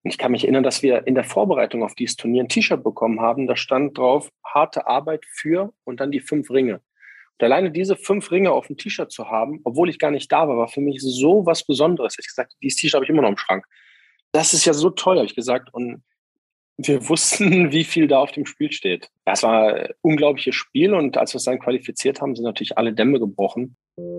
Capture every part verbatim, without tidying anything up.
Und ich kann mich erinnern, dass wir in der Vorbereitung auf dieses Turnier ein T-Shirt bekommen haben. Da stand drauf, harte Arbeit für und dann die fünf Ringe. Und alleine diese fünf Ringe auf dem T-Shirt zu haben, obwohl ich gar nicht da war, war für mich so was Besonderes. Ich gesagt, dieses T-Shirt habe ich immer noch im Schrank. Das ist ja so toll, habe ich gesagt. Und wir wussten, wie viel da auf dem Spiel steht. Das war ein unglaubliches Spiel. Und als wir es dann qualifiziert haben, sind natürlich alle Dämme gebrochen.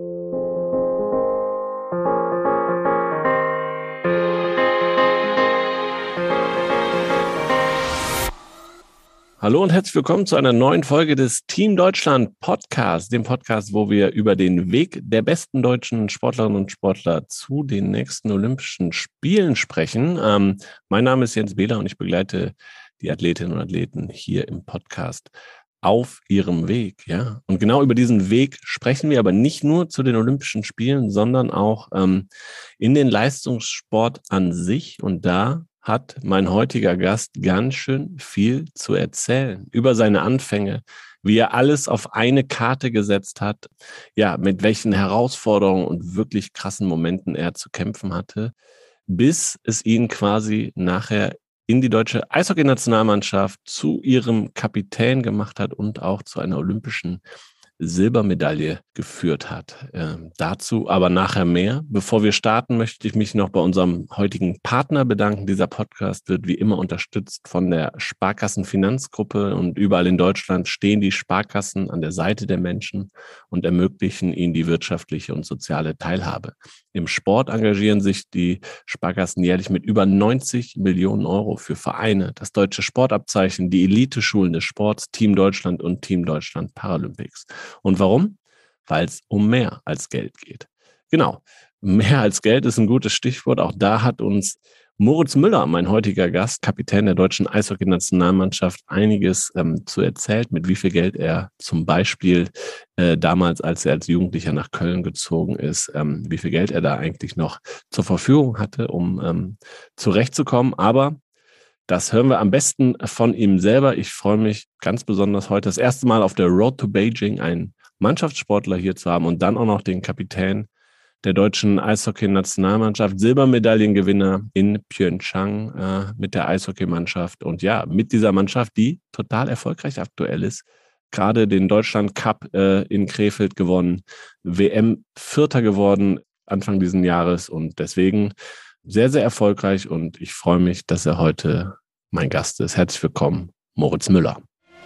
Hallo und herzlich willkommen zu einer neuen Folge des Team Deutschland Podcast, dem Podcast, wo wir über den Weg der besten deutschen Sportlerinnen und Sportler zu den nächsten Olympischen Spielen sprechen. Ähm, mein Name ist Jens Behler und ich begleite die Athletinnen und Athleten hier im Podcast auf ihrem Weg. Ja, und genau über diesen Weg sprechen wir aber nicht nur zu den Olympischen Spielen, sondern auch ähm, in den Leistungssport an sich. Und da hat mein heutiger Gast ganz schön viel zu erzählen über seine Anfänge, wie er alles auf eine Karte gesetzt hat, ja, mit welchen Herausforderungen und wirklich krassen Momenten er zu kämpfen hatte, bis es ihn quasi nachher in die deutsche Eishockey-Nationalmannschaft zu ihrem Kapitän gemacht hat und auch zu einer olympischen Silbermedaille geführt hat. Ähm, dazu aber nachher mehr. Bevor wir starten, möchte ich mich noch bei unserem heutigen Partner bedanken. Dieser Podcast wird wie immer unterstützt von der Sparkassenfinanzgruppe und überall in Deutschland stehen die Sparkassen an der Seite der Menschen und ermöglichen ihnen die wirtschaftliche und soziale Teilhabe. Im Sport engagieren sich die Sparkassen jährlich mit über neunzig Millionen Euro für Vereine, das deutsche Sportabzeichen, die Elite-Schulen des Sports, Team Deutschland und Team Deutschland Paralympics. Und warum? Weil es um mehr als Geld geht. Genau, mehr als Geld ist ein gutes Stichwort. Auch da hat uns Moritz Müller, mein heutiger Gast, Kapitän der deutschen Eishockey-Nationalmannschaft, einiges ähm, zu erzählt, mit wie viel Geld er zum Beispiel äh, damals, als er als Jugendlicher nach Köln gezogen ist, ähm, wie viel Geld er da eigentlich noch zur Verfügung hatte, um ähm, zurechtzukommen. Aber das hören wir am besten von ihm selber. Ich freue mich ganz besonders heute das erste Mal auf der Road to Beijing einen Mannschaftssportler hier zu haben und dann auch noch den Kapitän der deutschen Eishockey-Nationalmannschaft, Silbermedaillengewinner in Pyeongchang äh, mit der Eishockeymannschaft und ja, mit dieser Mannschaft, die total erfolgreich aktuell ist. Gerade den Deutschland Cup äh, in Krefeld gewonnen, W M Vierter geworden Anfang diesen Jahres und deswegen sehr, sehr erfolgreich und ich freue mich, dass er heute mein Gast ist. Herzlich willkommen, Moritz Müller.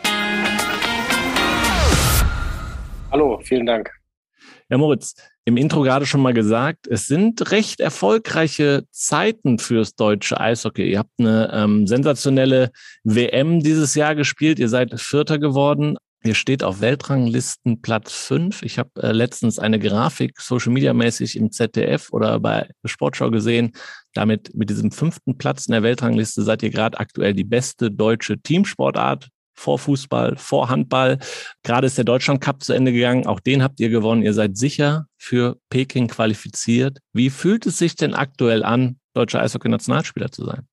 Hallo, vielen Dank. Ja, Moritz, im Intro gerade schon mal gesagt, es sind recht erfolgreiche Zeiten fürs deutsche Eishockey. Ihr habt eine ähm, sensationelle W M dieses Jahr gespielt. Ihr seid Vierter geworden. Ihr steht auf Weltranglisten Platz fünf. Ich habe äh, letztens eine Grafik Social-Media-mäßig im Z D F oder bei Sportschau gesehen. Damit mit diesem fünften Platz in der Weltrangliste seid ihr gerade aktuell die beste deutsche Teamsportart. Vor Fußball, vor Handball. Gerade ist der Deutschland Cup zu Ende gegangen. Auch den habt ihr gewonnen. Ihr seid sicher für Peking qualifiziert. Wie fühlt es sich denn aktuell an, deutscher Eishockey-Nationalspieler zu sein?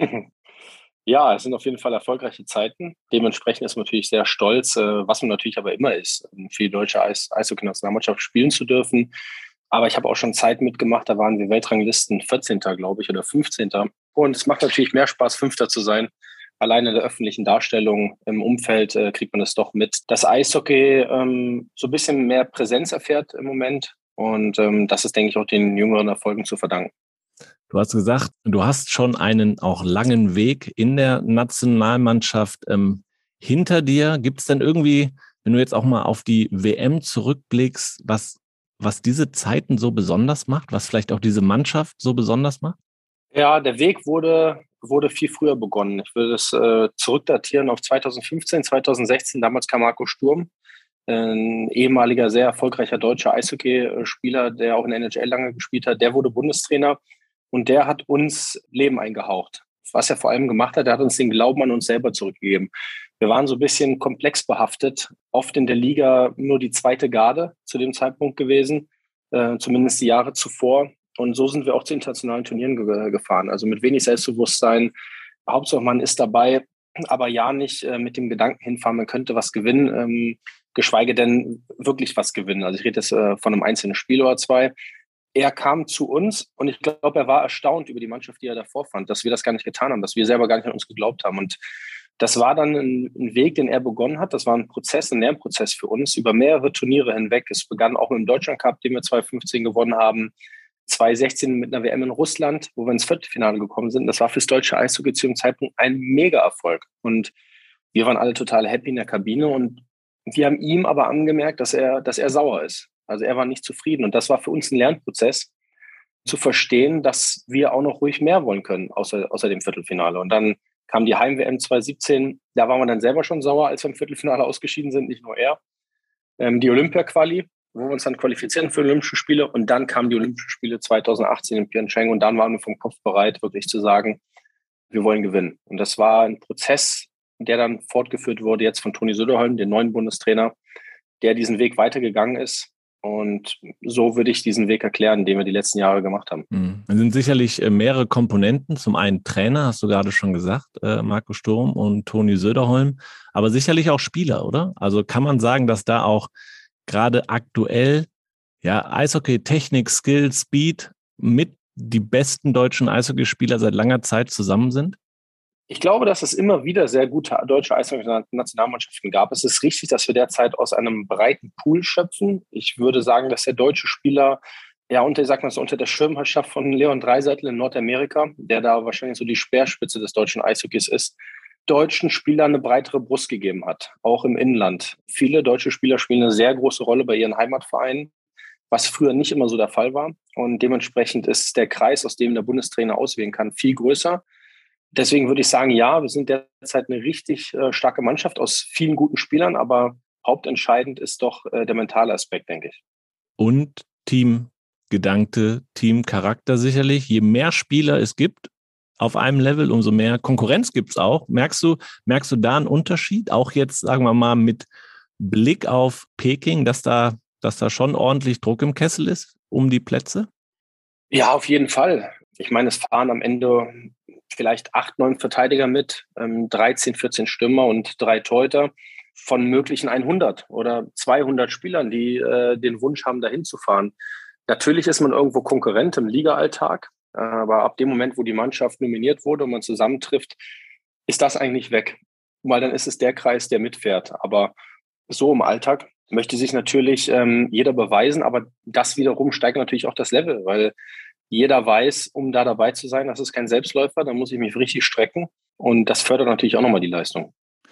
Ja, es sind auf jeden Fall erfolgreiche Zeiten. Dementsprechend ist man natürlich sehr stolz, was man natürlich aber immer ist, für die deutsche Eis- Eishockey-Nationalmannschaft spielen zu dürfen. Aber ich habe auch schon Zeit mitgemacht, da waren wir Weltranglisten vierzehnter glaube ich, oder fünfzehnter Und es macht natürlich mehr Spaß, Fünfter zu sein. Alleine in der öffentlichen Darstellung im Umfeld äh, kriegt man das doch mit, dass Eishockey ähm, so ein bisschen mehr Präsenz erfährt im Moment. Und ähm, das ist, denke ich, auch den jüngeren Erfolgen zu verdanken. Du hast gesagt, du hast schon einen auch langen Weg in der Nationalmannschaft ähm, hinter dir. Gibt es denn irgendwie, wenn du jetzt auch mal auf die W M zurückblickst, was, was diese Zeiten so besonders macht, was vielleicht auch diese Mannschaft so besonders macht? Ja, der Weg wurde, wurde viel früher begonnen. Ich würde es äh, zurückdatieren auf zweitausendfünfzehn, zweitausendsechzehn. Damals kam Marco Sturm, ein ehemaliger sehr erfolgreicher deutscher Eishockeyspieler, der auch in der N H L lange gespielt hat. Der wurde Bundestrainer und der hat uns Leben eingehaucht. Was er vor allem gemacht hat, er hat uns den Glauben an uns selber zurückgegeben. Wir waren so ein bisschen komplex behaftet, oft in der Liga nur die zweite Garde zu dem Zeitpunkt gewesen, äh, zumindest die Jahre zuvor. Und so sind wir auch zu internationalen Turnieren ge- gefahren. Also mit wenig Selbstbewusstsein. Hauptsache man ist dabei, aber ja nicht äh, mit dem Gedanken hinfahren, man könnte was gewinnen, ähm, geschweige denn wirklich was gewinnen. Also ich rede jetzt äh, von einem einzelnen Spiel oder zwei. er kam zu uns und ich glaube, er war erstaunt über die Mannschaft, die er davor fand, dass wir das gar nicht getan haben, dass wir selber gar nicht an uns geglaubt haben. Und das war dann ein, ein Weg, den er begonnen hat. Das war ein Prozess, ein Lernprozess für uns über mehrere Turniere hinweg. Es begann auch mit dem Deutschland Cup, den wir zwanzig fünfzehn gewonnen haben, zwanzig sechzehn mit einer W M in Russland, wo wir ins Viertelfinale gekommen sind. Das war fürs deutsche Eishockey zu dem Zeitpunkt ein Mega-Erfolg. Und wir waren alle total happy in der Kabine und wir haben ihm aber angemerkt, dass er, dass er sauer ist. Also er war nicht zufrieden. Und das war für uns ein Lernprozess, zu verstehen, dass wir auch noch ruhig mehr wollen können, außer, außer dem Viertelfinale. Und dann kam die Heim-W M zwanzig siebzehn. Da waren wir dann selber schon sauer, als wir im Viertelfinale ausgeschieden sind, nicht nur er. Ähm, die Olympia-Quali, wo wir uns dann qualifizieren für Olympische Spiele. Und dann kamen die Olympischen Spiele zwanzig achtzehn in Pyeongchang. Und dann waren wir vom Kopf bereit, wirklich zu sagen, wir wollen gewinnen. Und das war ein Prozess, der dann fortgeführt wurde jetzt von Toni Söderholm, dem neuen Bundestrainer, der diesen Weg weitergegangen ist. Und so würde ich diesen Weg erklären, den wir die letzten Jahre gemacht haben. Mhm. Es sind sicherlich mehrere Komponenten. Zum einen Trainer, hast du gerade schon gesagt, äh, Marco Sturm und Toni Söderholm, aber sicherlich auch Spieler, oder? Also kann man sagen, dass da auch gerade aktuell ja Eishockey, Technik, Skill, Speed mit die besten deutschen Eishockeyspieler seit langer Zeit zusammen sind? Ich glaube, dass es immer wieder sehr gute deutsche Eishockey-Nationalmannschaften gab. Es ist richtig, dass wir derzeit aus einem breiten Pool schöpfen. Ich würde sagen, dass der deutsche Spieler, ja, unter, ich sag mal so, unter der Schirmherrschaft von Leon Draisaitl in Nordamerika, der da wahrscheinlich so die Speerspitze des deutschen Eishockeys ist, deutschen Spielern eine breitere Brust gegeben hat, auch im Inland. Viele deutsche Spieler spielen eine sehr große Rolle bei ihren Heimatvereinen, was früher nicht immer so der Fall war. Und dementsprechend ist der Kreis, aus dem der Bundestrainer auswählen kann, viel größer. Deswegen würde ich sagen, ja, wir sind derzeit eine richtig äh, starke Mannschaft aus vielen guten Spielern, aber hauptentscheidend ist doch äh, der mentale Aspekt, denke ich. Und Teamgedanke, Teamcharakter sicherlich. Je mehr Spieler es gibt auf einem Level, umso mehr Konkurrenz gibt es auch. Merkst du, merkst du da einen Unterschied? Auch jetzt, sagen wir mal, mit Blick auf Peking, dass da, dass da schon ordentlich Druck im Kessel ist um die Plätze? Ja, auf jeden Fall. Ich meine, es fahren am Ende vielleicht acht, neun Verteidiger mit, ähm, dreizehn, vierzehn Stürmer und drei Torhüter von möglichen hundert oder zweihundert Spielern, die äh, den Wunsch haben, dahin zu fahren. Natürlich ist man irgendwo Konkurrent im Liga-Alltag, äh, aber ab dem Moment, wo die Mannschaft nominiert wurde und man zusammentrifft, ist das eigentlich weg, weil dann ist es der Kreis, der mitfährt. Aber so im Alltag möchte sich natürlich ähm, jeder beweisen, aber das wiederum steigt natürlich auch das Level, weil jeder weiß, um da dabei zu sein, das ist kein Selbstläufer, da muss ich mich richtig strecken und das fördert natürlich auch nochmal die Leistung.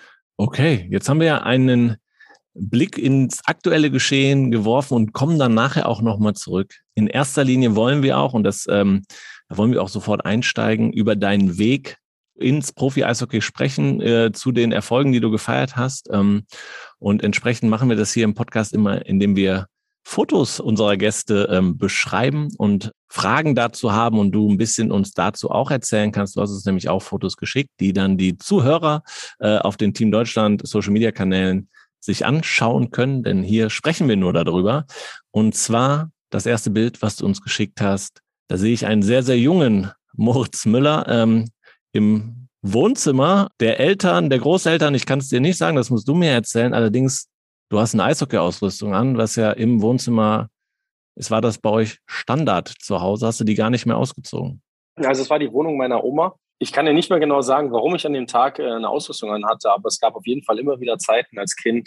Okay, jetzt haben wir ja einen Blick ins aktuelle Geschehen geworfen und kommen dann nachher auch nochmal zurück. In erster Linie wollen wir auch, und das ähm, da wollen wir auch sofort einsteigen, über deinen Weg ins Profi-Eishockey sprechen, äh, zu den Erfolgen, die du gefeiert hast. Ähm, und entsprechend machen wir das hier im Podcast immer, indem wir Fotos unserer Gäste ähm, beschreiben und Fragen dazu haben und du ein bisschen uns dazu auch erzählen kannst. Du hast uns nämlich auch Fotos geschickt, die dann die Zuhörer äh, auf den Team Deutschland Social-Media-Kanälen sich anschauen können, denn hier sprechen wir nur darüber. Und zwar das erste Bild, was du uns geschickt hast, da sehe ich einen sehr, sehr jungen Moritz Müller ähm, im Wohnzimmer der Eltern, der Großeltern. Ich kann es dir nicht sagen, das musst du mir erzählen. Allerdings, du hast eine Eishockey-Ausrüstung an, was ja im Wohnzimmer, es war das bei euch Standard zu Hause, hast du die gar nicht mehr ausgezogen? Also es war die Wohnung meiner Oma. Ich kann dir nicht mehr genau sagen, warum ich an dem Tag eine Ausrüstung anhatte, aber es gab auf jeden Fall immer wieder Zeiten als Kind,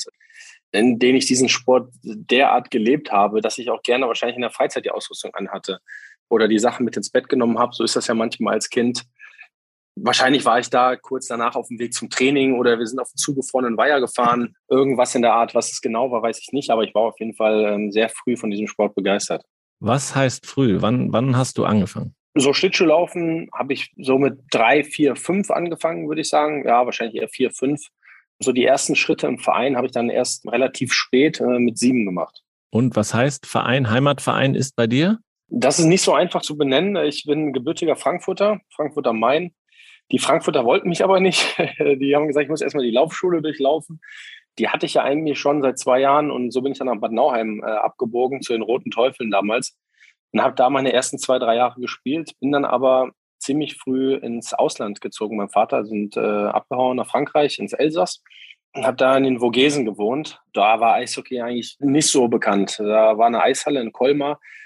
in denen ich diesen Sport derart gelebt habe, dass ich auch gerne wahrscheinlich in der Freizeit die Ausrüstung anhatte oder die Sachen mit ins Bett genommen habe. So ist das ja manchmal als Kind. Wahrscheinlich war ich da kurz danach auf dem Weg zum Training oder wir sind auf den zugefrorenen Weiher gefahren. Irgendwas in der Art, was es genau war, weiß ich nicht, aber ich war auf jeden Fall sehr früh von diesem Sport begeistert. Was heißt früh? Wann, wann hast du angefangen? So Schlittschuhlaufen habe ich so mit drei, vier, fünf angefangen, würde ich sagen. Ja, wahrscheinlich eher vier, fünf. So die ersten Schritte im Verein habe ich dann erst relativ spät äh, mit sieben gemacht. Und was heißt Verein, Heimatverein ist bei dir? Das ist nicht so einfach zu benennen. Ich bin gebürtiger Frankfurter, Frankfurt am Main. Die Frankfurter wollten mich aber nicht. Die haben gesagt, ich muss erstmal die Laufschule durchlaufen. Die hatte ich ja eigentlich schon seit zwei Jahren und so bin ich dann nach Bad Nauheim äh, abgebogen zu den Roten Teufeln damals und habe da meine ersten zwei, drei Jahre gespielt, bin dann aber ziemlich früh ins Ausland gezogen. Mein Vater sind äh, abgehauen nach Frankreich, ins Elsass und habe da in den Vogesen gewohnt. Da war Eishockey eigentlich nicht so bekannt. Da war eine Eishalle in Colmar.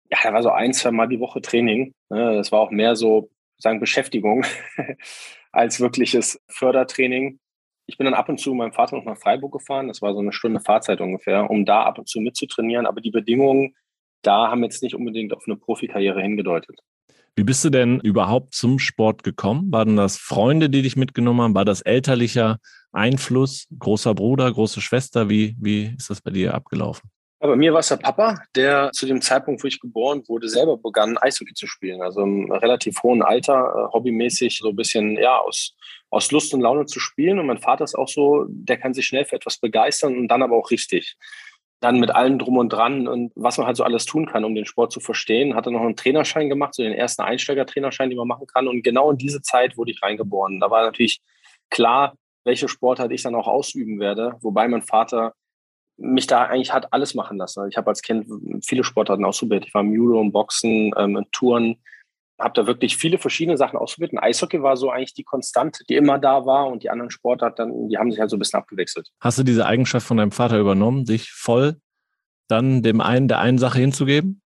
Ja, da war so ein, zwei Mal die Woche Training. Das war auch mehr so, sagen, Beschäftigung als wirkliches Fördertraining. Ich bin dann ab und zu mit meinem Vater noch nach Freiburg gefahren. Das war so eine Stunde Fahrzeit ungefähr, um da ab und zu mitzutrainieren. Aber die Bedingungen da haben jetzt nicht unbedingt auf eine Profikarriere hingedeutet. Wie bist du denn überhaupt zum Sport gekommen? Waren das Freunde, die dich mitgenommen haben? War das elterlicher Einfluss? Großer Bruder, große Schwester? Wie, wie ist das bei dir abgelaufen? Ja, bei mir war es der Papa, der zu dem Zeitpunkt, wo ich geboren wurde, selber begann, Eishockey zu spielen. Also im relativ hohen Alter, äh, hobbymäßig so ein bisschen ja aus, aus Lust und Laune zu spielen. Und mein Vater ist auch so, der kann sich schnell für etwas begeistern und dann aber auch richtig. Dann mit allem drum und dran und was man halt so alles tun kann, um den Sport zu verstehen. Hat er noch einen Trainerschein gemacht, so den ersten Einsteiger-Trainerschein, den man machen kann. Und genau in diese Zeit wurde ich reingeboren. Da war natürlich klar, welche Sportart ich dann auch ausüben werde. Wobei mein Vater mich da eigentlich hat alles machen lassen. Ich habe als Kind viele Sportarten ausprobiert. Ich war im Judo, im Boxen, ähm, im Touren. Habe da wirklich viele verschiedene Sachen ausprobiert. Und Eishockey war so eigentlich die Konstante, die immer da war. Und die anderen Sportarten, die haben sich halt so ein bisschen abgewechselt. Hast du diese Eigenschaft von deinem Vater übernommen, dich voll dann dem einen der einen Sache hinzugeben?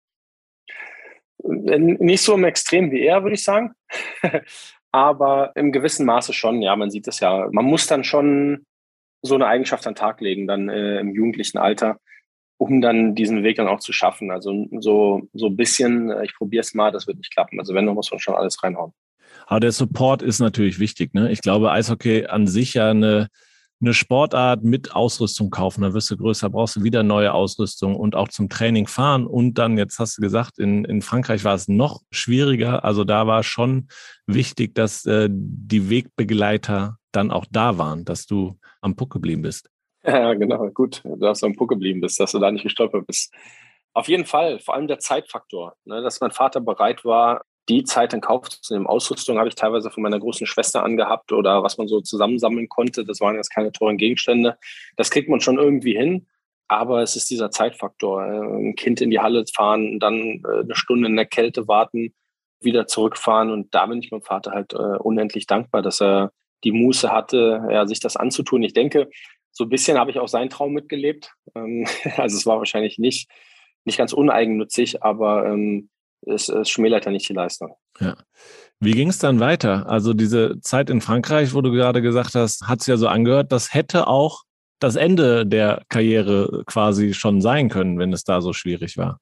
Nicht so im Extrem wie er, würde ich sagen. Aber im gewissen Maße schon. Ja, man sieht es ja. Man muss dann schon so eine Eigenschaft an den Tag legen, dann äh, im jugendlichen Alter, um dann diesen Weg dann auch zu schaffen. Also so, so ein bisschen, äh, ich probiere es mal, das wird nicht klappen. Also wenn, dann muss man schon alles reinhauen. Aber der Support ist natürlich wichtig, ne? Ich glaube, Eishockey an sich ja eine, eine Sportart mit Ausrüstung kaufen. Da wirst du größer, brauchst du wieder neue Ausrüstung und auch zum Training fahren. Und dann, jetzt hast du gesagt, in, in Frankreich war es noch schwieriger. Also da war schon wichtig, dass äh, die Wegbegleiter dann auch da waren, dass du am Puck geblieben bist. Ja, genau, gut, dass du am Puck geblieben bist, dass du da nicht gestolpert bist. Auf jeden Fall, vor allem der Zeitfaktor, ne, dass mein Vater bereit war, die Zeit in Kauf zu nehmen. Ausrüstung habe ich teilweise von meiner großen Schwester angehabt oder was man so zusammensammeln konnte. Das waren jetzt keine teuren Gegenstände. Das kriegt man schon irgendwie hin, aber es ist dieser Zeitfaktor. Ein Kind in die Halle fahren, dann eine Stunde in der Kälte warten, wieder zurückfahren und da bin ich meinem Vater halt unendlich dankbar, dass er die Muße hatte, ja, sich das anzutun. Ich denke, so ein bisschen habe ich auch seinen Traum mitgelebt. Also es war wahrscheinlich nicht, nicht ganz uneigennützig, aber ähm, es, es schmälert ja nicht die Leistung. Ja. Wie ging es dann weiter? Also diese Zeit in Frankreich, wo du gerade gesagt hast, hat es ja so angehört, das hätte auch das Ende der Karriere quasi schon sein können, wenn es da so schwierig war.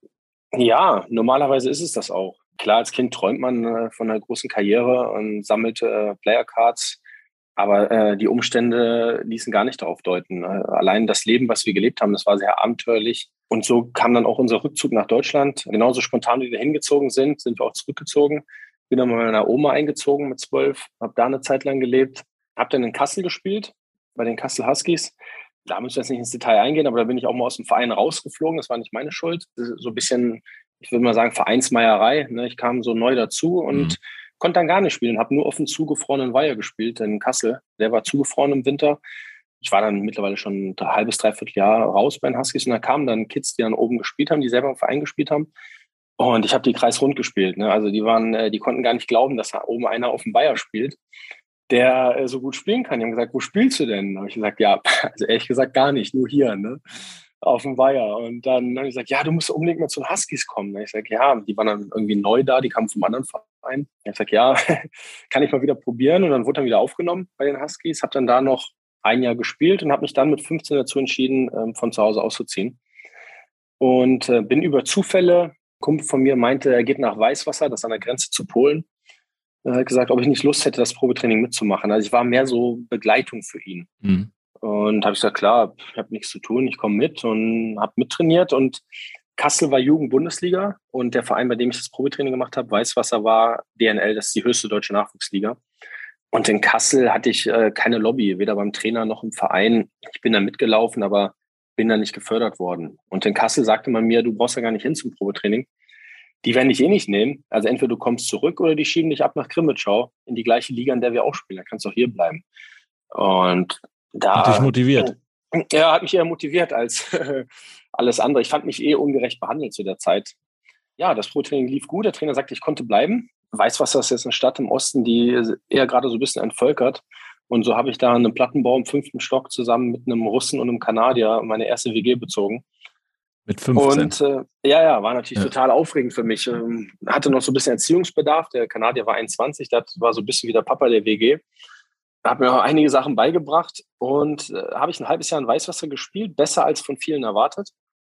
Ja, normalerweise ist es das auch. Klar, als Kind träumt man äh, von einer großen Karriere und sammelt äh, Player-Cards. Aber äh, die Umstände ließen gar nicht darauf deuten. Allein das Leben, was wir gelebt haben, das war sehr abenteuerlich. Und so kam dann auch unser Rückzug nach Deutschland. Genauso spontan, wie wir hingezogen sind, sind wir auch zurückgezogen. Bin dann mit meiner Oma eingezogen mit zwölf, habe da eine Zeit lang gelebt. Habe dann in Kassel gespielt, bei den Kassel Huskies. Da müssen wir jetzt nicht ins Detail eingehen, aber da bin ich auch mal aus dem Verein rausgeflogen. Das war nicht meine Schuld. So ein bisschen, ich würde mal sagen, Vereinsmeierei. Ich kam so neu dazu und mhm. konnte dann gar nicht spielen, habe nur auf dem zugefrorenen Weiher gespielt in Kassel. Der war zugefroren im Winter. Ich war dann mittlerweile schon ein halbes, dreiviertel Jahr raus bei den Huskies und da kamen dann Kids, die dann oben gespielt haben, die selber im Verein gespielt haben. Und ich habe die kreisrund gespielt. Ne? Also die waren, die konnten gar nicht glauben, dass da oben einer auf dem Weiher spielt, der so gut spielen kann. Die haben gesagt, wo spielst du denn? Da habe ich gesagt, ja, also ehrlich gesagt gar nicht, nur hier, ne? Auf dem Weiher. Und dann habe ich gesagt, ja, du musst unbedingt mal zu den Huskies kommen. Ich sage, ja, die waren dann irgendwie neu da, die kamen vom anderen Verein. Ich sage, ja, kann ich mal wieder probieren. Und dann wurde dann wieder aufgenommen bei den Huskies, habe dann da noch ein Jahr gespielt und habe mich dann mit fünfzehn dazu entschieden, von zu Hause auszuziehen. Und bin über Zufälle, ein Kumpel von mir meinte, er geht nach Weißwasser, das ist an der Grenze zu Polen. Er hat gesagt, ob ich nicht Lust hätte, das Probetraining mitzumachen. Also ich war mehr so Begleitung für ihn. Mhm. Und habe ich gesagt, klar, ich habe nichts zu tun, ich komme mit und habe mittrainiert. Und Kassel war Jugend-Bundesliga und der Verein, bei dem ich das Probetraining gemacht habe, Weißwasser, war D N L, das ist die höchste deutsche Nachwuchsliga. Und in Kassel hatte ich äh, keine Lobby, weder beim Trainer noch im Verein. Ich bin da mitgelaufen, aber bin da nicht gefördert worden. Und in Kassel sagte man mir, du brauchst ja gar nicht hin zum Probetraining. Die werden dich eh nicht nehmen. Also entweder du kommst zurück oder die schieben dich ab nach Krimitschau in die gleiche Liga, in der wir auch spielen. Da kannst du auch hier bleiben. Und da, hat dich motiviert? Ja, hat mich eher motiviert als alles andere. Ich fand mich eh ungerecht behandelt zu der Zeit. Ja, das Pro-Training lief gut. Der Trainer sagte, ich konnte bleiben. Weißwasser ist jetzt eine Stadt im Osten, die eher gerade so ein bisschen entvölkert. Und so habe ich da einen Plattenbau im fünften Stock zusammen mit einem Russen und einem Kanadier meine erste W G bezogen. Mit fünfzehn? Und äh, ja, ja, war natürlich Ja. total aufregend für mich. Ähm, hatte noch so ein bisschen Erziehungsbedarf. Der Kanadier war einundzwanzig, der war so ein bisschen wie der Papa der W G. Hat mir auch einige Sachen beigebracht und äh, habe ich ein halbes Jahr in Weißwasser gespielt, besser als von vielen erwartet.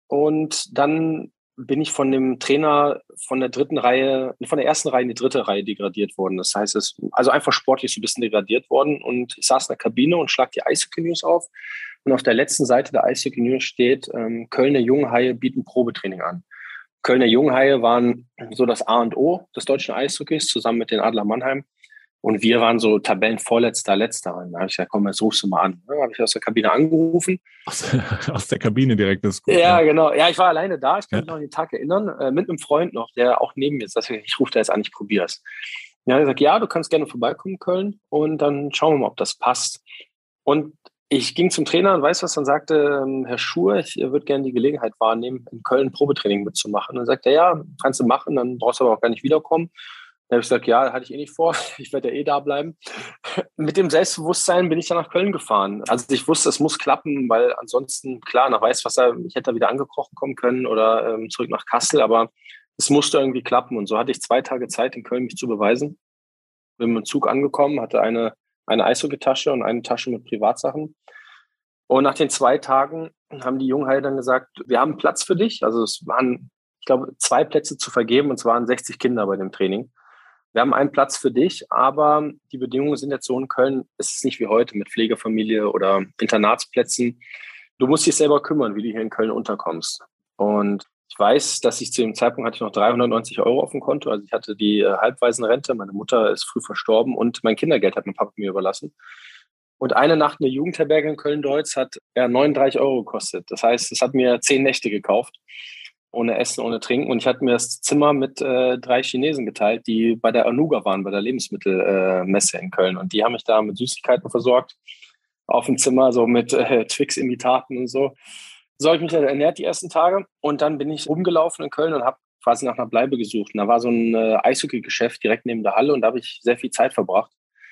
Und dann bin ich von dem Trainer von der dritten Reihe, von der ersten Reihe in die dritte Reihe degradiert worden. Das heißt, es also einfach sportlich so ein bisschen degradiert worden. Und ich saß in der Kabine und schlag die Eishockey News auf. Und auf der letzten Seite der Eishockey News steht, ähm, Kölner Junghaie bieten Probetraining an. Kölner Junghaie waren so das A und O des deutschen Eishockeys, zusammen mit den Adler Mannheim. Und wir waren so Tabellenvorletzter, Letzter. Und da habe ich gesagt, komm, jetzt rufst du mal an. Da habe ich aus der Kabine angerufen. Aus, aus der Kabine direkt, das ist gut. Ja, Ja, genau. Ja, ich war alleine da. Ich kann ja. mich noch an den Tag erinnern. Äh, mit einem Freund noch, der auch neben mir ist. Deswegen, ich rufe da jetzt an, ich probiere es. Ja, er hat gesagt, ja, du kannst gerne vorbeikommen, Köln. Und dann schauen wir mal, ob das passt. Und ich ging zum Trainer und weiß was, dann sagte ähm, Herr Schur, ich würde gerne die Gelegenheit wahrnehmen, in Köln Probetraining mitzumachen. Und dann sagte er, ja, kannst du machen, dann brauchst du aber auch gar nicht wiederkommen. Dann habe ich gesagt, ja, hatte ich eh nicht vor. Ich werde ja eh da bleiben. Mit dem Selbstbewusstsein bin ich dann nach Köln gefahren. Also ich wusste, es muss klappen, weil ansonsten, klar, nach Weißwasser, ich hätte da wieder angekrochen kommen können oder ähm, zurück nach Kassel, aber es musste irgendwie klappen. Und so hatte ich zwei Tage Zeit, in Köln mich zu beweisen. Bin mit dem Zug angekommen, hatte eine, eine Eishockey-Tasche und eine Tasche mit Privatsachen. Und nach den zwei Tagen haben die Junghaie dann gesagt, wir haben Platz für dich. Also es waren, ich glaube, zwei Plätze zu vergeben und es waren sechzig Kinder bei dem Training. Wir haben einen Platz für dich, aber die Bedingungen sind jetzt so in Köln, es ist nicht wie heute mit Pflegefamilie oder Internatsplätzen. Du musst dich selber kümmern, wie du hier in Köln unterkommst. Und ich weiß, dass ich zu dem Zeitpunkt hatte ich noch dreihundertneunzig Euro auf dem Konto. Also ich hatte die äh, Halbwaisenrente, meine Mutter ist früh verstorben und mein Kindergeld hat mein Papa mir überlassen. Und eine Nacht in der Jugendherberge in Köln-Deutz hat ja, neununddreißig Euro gekostet. Das heißt, es hat mir zehn Nächte gekauft. Ohne Essen, ohne Trinken. Und ich hatte mir das Zimmer mit äh, drei Chinesen geteilt, die bei der Anuga waren, bei der Lebensmittelmesse äh, in Köln. Und die haben mich da mit Süßigkeiten versorgt. Auf dem Zimmer, so mit äh, Twix-Imitaten und so. So habe ich mich dann ernährt die ersten Tage. Und dann bin ich rumgelaufen in Köln und habe quasi nach einer Bleibe gesucht. Und da war so ein äh, Eishockey-Geschäft direkt neben der Halle und da habe ich sehr viel Zeit verbracht.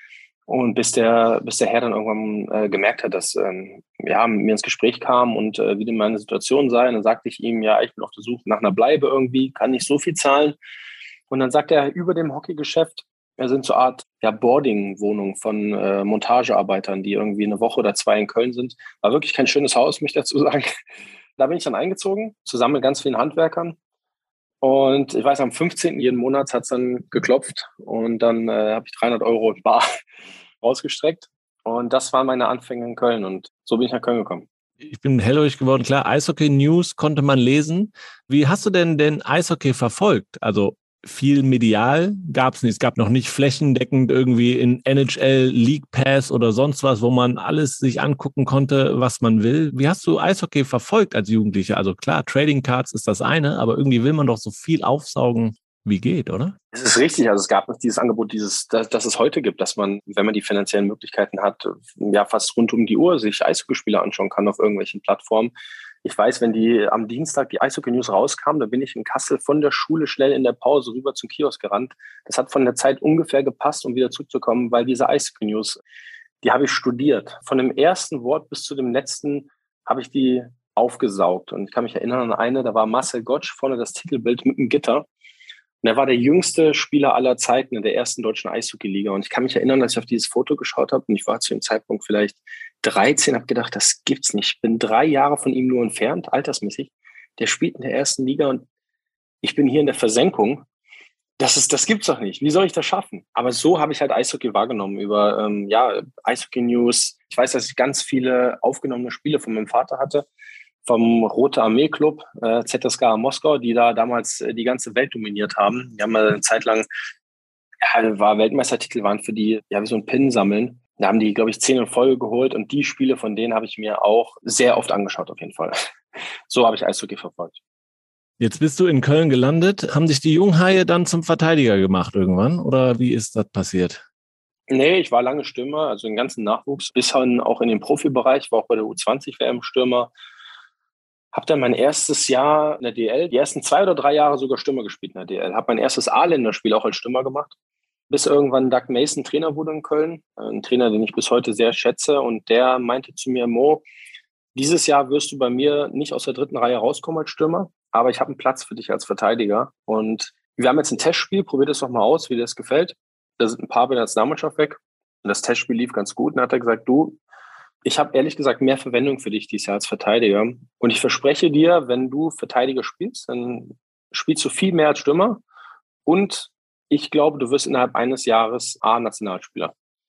Und bis der, bis der Herr dann irgendwann äh, gemerkt hat, dass ähm, ja, mit mir ins Gespräch kam und äh, wie denn meine Situation sei. Und dann sagte ich ihm, ja, ich bin auf der Suche nach einer Bleibe irgendwie, kann nicht so viel zahlen. Und dann sagt er, über dem Hockeygeschäft, wir sind so eine Art ja, Boarding-Wohnung von äh, Montagearbeitern, die irgendwie eine Woche oder zwei in Köln sind. War wirklich kein schönes Haus, möchte ich dazu sagen. Da bin ich dann eingezogen, zusammen mit ganz vielen Handwerkern. Und ich weiß, am fünfzehnten jeden Monats hat es dann geklopft und dann äh, habe ich dreihundert Euro bar rausgestreckt. Und das waren meine Anfänge in Köln und so bin ich nach Köln gekommen. Ich bin hellhörig geworden. Klar, Eishockey News konnte man lesen. Wie hast du denn den Eishockey verfolgt? Also viel medial gab es nicht. Es gab noch nicht flächendeckend irgendwie in N H L, League Pass oder sonst was, wo man alles sich angucken konnte, was man will. Wie hast du Eishockey verfolgt als Jugendlicher? Also klar, Trading Cards ist das eine, aber irgendwie will man doch so viel aufsaugen, wie geht, oder? Es ist richtig. Also es gab nicht dieses Angebot, dieses, das, das es heute gibt, dass man, wenn man die finanziellen Möglichkeiten hat, ja fast rund um die Uhr sich Eishockeyspiele anschauen kann auf irgendwelchen Plattformen. Ich weiß, wenn die am Dienstag die Eishockey-News rauskam, da bin ich in Kassel von der Schule schnell in der Pause rüber zum Kiosk gerannt. Das hat von der Zeit ungefähr gepasst, um wieder zurückzukommen, weil diese Eishockey-News, die habe ich studiert. Von dem ersten Wort bis zu dem letzten habe ich die aufgesaugt. Und ich kann mich erinnern an eine, da war Marcel Gottsch vorne das Titelbild mit einem Gitter. Und er war der jüngste Spieler aller Zeiten in der ersten deutschen Eishockey-Liga. Und ich kann mich erinnern, dass ich auf dieses Foto geschaut habe. Und ich war zu dem Zeitpunkt vielleicht dreizehn, habe gedacht, das gibt's nicht. Ich bin drei Jahre von ihm nur entfernt, altersmäßig. Der spielt in der ersten Liga und ich bin hier in der Versenkung. Das ist, das gibt's doch nicht. Wie soll ich das schaffen? Aber so habe ich halt Eishockey wahrgenommen über ähm, ja Eishockey-News. Ich weiß, dass ich ganz viele aufgenommene Spiele von meinem Vater hatte. Vom Rote Armee Club, äh, Z S K A Moskau, die da damals äh, die ganze Welt dominiert haben. Die haben mal eine Zeit lang, ja, war Weltmeistertitel, waren für die, ja, wie so ein Pin sammeln. Da haben die, glaube ich, zehn in Folge geholt und die Spiele von denen habe ich mir auch sehr oft angeschaut, auf jeden Fall. So habe ich Eishockey verfolgt. Jetzt bist du in Köln gelandet. Haben dich die Junghaie dann zum Verteidiger gemacht irgendwann? Oder wie ist das passiert? Nee, ich war lange Stürmer, also den ganzen Nachwuchs, bis hin auch in den Profibereich, war auch bei der U zwanzig W M Stürmer. Habe dann mein erstes Jahr in der D L, die ersten zwei oder drei Jahre sogar Stürmer gespielt in der D L. Habe mein erstes A-Länderspiel auch als Stürmer gemacht, bis irgendwann Doug Mason Trainer wurde in Köln. Ein Trainer, den ich bis heute sehr schätze. Und der meinte zu mir, Mo, dieses Jahr wirst du bei mir nicht aus der dritten Reihe rauskommen als Stürmer, aber ich habe einen Platz für dich als Verteidiger. Und wir haben jetzt ein Testspiel, probier das doch mal aus, wie dir das gefällt. Da sind ein paar bei der Nationalmannschaft weg und das Testspiel lief ganz gut. Und dann hat er gesagt, du, ich habe ehrlich gesagt mehr Verwendung für dich dieses Jahr als Verteidiger. Und ich verspreche dir, wenn du Verteidiger spielst, dann spielst du viel mehr als Stürmer. Und ich glaube, du wirst innerhalb eines Jahres A-Nationalspieler.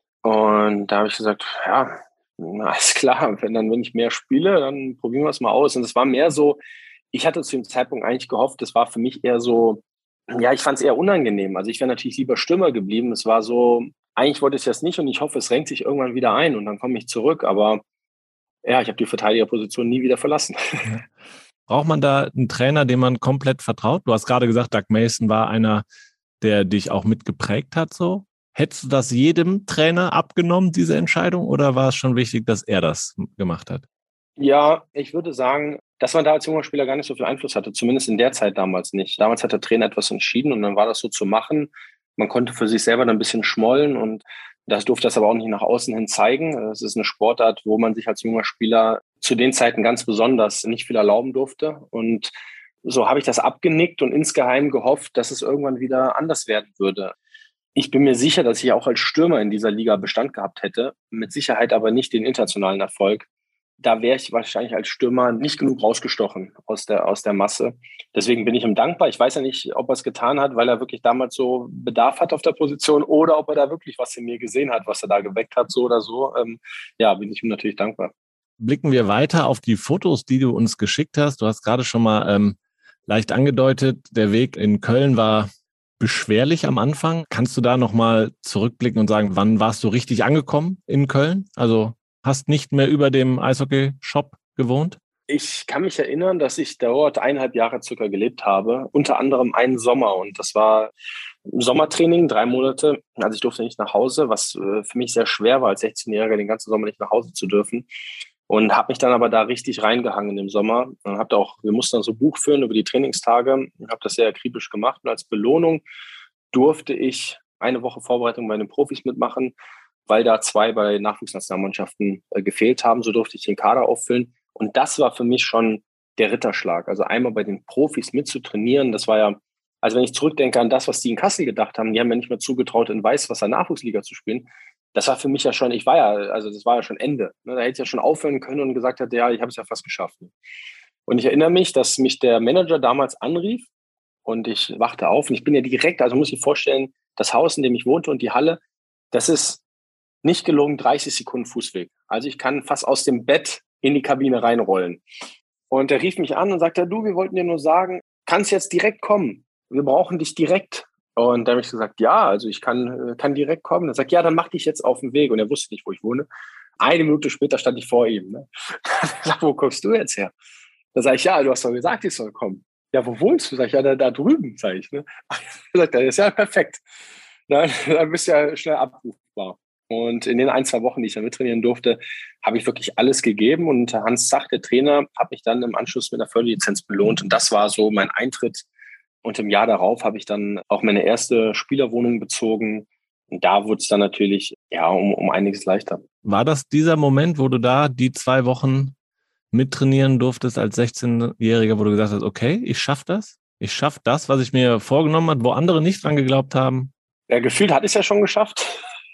Und da habe ich gesagt, ja, alles klar, wenn dann, wenn ich mehr spiele, dann probieren wir es mal aus. Und es war mehr so, ich hatte zu dem Zeitpunkt eigentlich gehofft, das war für mich eher so, ja, ich fand es eher unangenehm. Also ich wäre natürlich lieber Stürmer geblieben. Es war so, eigentlich wollte ich das nicht und ich hoffe, es renkt sich irgendwann wieder ein und dann komme ich zurück. Aber ja, ich habe die Verteidigerposition nie wieder verlassen. Ja. Braucht man da einen Trainer, dem man komplett vertraut? Du hast gerade gesagt, Doug Mason war einer, der dich auch mitgeprägt hat, so. Hättest du das jedem Trainer abgenommen, diese Entscheidung, oder war es schon wichtig, dass er das gemacht hat? Ja, ich würde sagen, dass man da als junger Spieler gar nicht so viel Einfluss hatte, zumindest in der Zeit damals nicht. Damals hat der Trainer etwas entschieden und dann war das so zu machen. Man konnte für sich selber dann ein bisschen schmollen und das durfte das aber auch nicht nach außen hin zeigen. Es ist eine Sportart, wo man sich als junger Spieler zu den Zeiten ganz besonders nicht viel erlauben durfte. Und so habe ich das abgenickt und insgeheim gehofft, dass es irgendwann wieder anders werden würde. Ich bin mir sicher, dass ich auch als Stürmer in dieser Liga Bestand gehabt hätte, mit Sicherheit aber nicht den internationalen Erfolg. Da wäre ich wahrscheinlich als Stürmer nicht genug rausgestochen aus der, aus der Masse. Deswegen bin ich ihm dankbar. Ich weiß ja nicht, ob er es getan hat, weil er wirklich damals so Bedarf hat auf der Position oder ob er da wirklich was in mir gesehen hat, was er da geweckt hat, so oder so. Ähm, ja, bin ich ihm natürlich dankbar. Blicken wir weiter auf die Fotos, die du uns geschickt hast. Du hast gerade schon mal ähm, leicht angedeutet, der Weg in Köln war beschwerlich am Anfang. Kannst du da nochmal zurückblicken und sagen, wann warst du richtig angekommen in Köln? Also hast nicht mehr über dem Eishockey-Shop gewohnt? Ich kann mich erinnern, dass ich dort eineinhalb Jahre circa gelebt habe, unter anderem einen Sommer. Und das war Sommertraining, drei Monate. Also ich durfte nicht nach Hause, was für mich sehr schwer war, als sechzehnjähriger den ganzen Sommer nicht nach Hause zu dürfen. Und habe mich dann aber da richtig reingehangen im Sommer. Und hab da auch, wir mussten dann so Buch führen über die Trainingstage. Und habe das sehr akribisch gemacht. Und als Belohnung durfte ich eine Woche Vorbereitung bei den Profis mitmachen, weil da zwei bei Nachwuchsnationalmannschaften äh, gefehlt haben. So durfte ich den Kader auffüllen. Und das war für mich schon der Ritterschlag. Also einmal bei den Profis mitzutrainieren, das war ja, also wenn ich zurückdenke an das, was die in Kassel gedacht haben, die haben mir nicht mehr zugetraut, in Weißwasser Nachwuchsliga zu spielen. Das war für mich ja schon, ich war ja, also das war ja schon Ende. Da hätte ich ja schon aufhören können und gesagt hätte, ja, ich habe es ja fast geschafft. Und ich erinnere mich, dass mich der Manager damals anrief und ich wachte auf und ich bin ja direkt, also muss ich vorstellen, das Haus, in dem ich wohnte und die Halle, das ist nicht gelogen dreißig Sekunden Fußweg. Also ich kann fast aus dem Bett in die Kabine reinrollen. Und er rief mich an und sagte, du, wir wollten dir nur sagen, kannst jetzt direkt kommen. Wir brauchen dich direkt. Und da habe ich gesagt, ja, also ich kann, kann direkt kommen. Er sagt, ja, dann mach dich jetzt auf den Weg. Und er wusste nicht, wo ich wohne. Eine Minute später stand ich vor ihm. Ne? Ich sag, wo kommst du jetzt her? Da sage ich, ja, du hast doch gesagt, ich soll kommen. Ja, wo wohnst du? Sag ich, ja, da, da drüben, sage ich. Ne? Er sagt, das ist ja perfekt. Dann, dann bist du ja schnell abrufbar. Und in den ein, zwei Wochen, die ich da mittrainieren durfte, habe ich wirklich alles gegeben. Und Hans Zach, der Trainer, hat mich dann im Anschluss mit einer Förderlizenz belohnt. Und das war so mein Eintritt. Und im Jahr darauf habe ich dann auch meine erste Spielerwohnung bezogen. Und da wurde es dann natürlich ja um, um einiges leichter. War das dieser Moment, wo du da die zwei Wochen mittrainieren durftest als sechzehnjähriger, wo du gesagt hast, okay, ich schaffe das? Ich schaffe das, was ich mir vorgenommen habe, wo andere nicht dran geglaubt haben? Ja, gefühlt hatte ich es ja schon geschafft,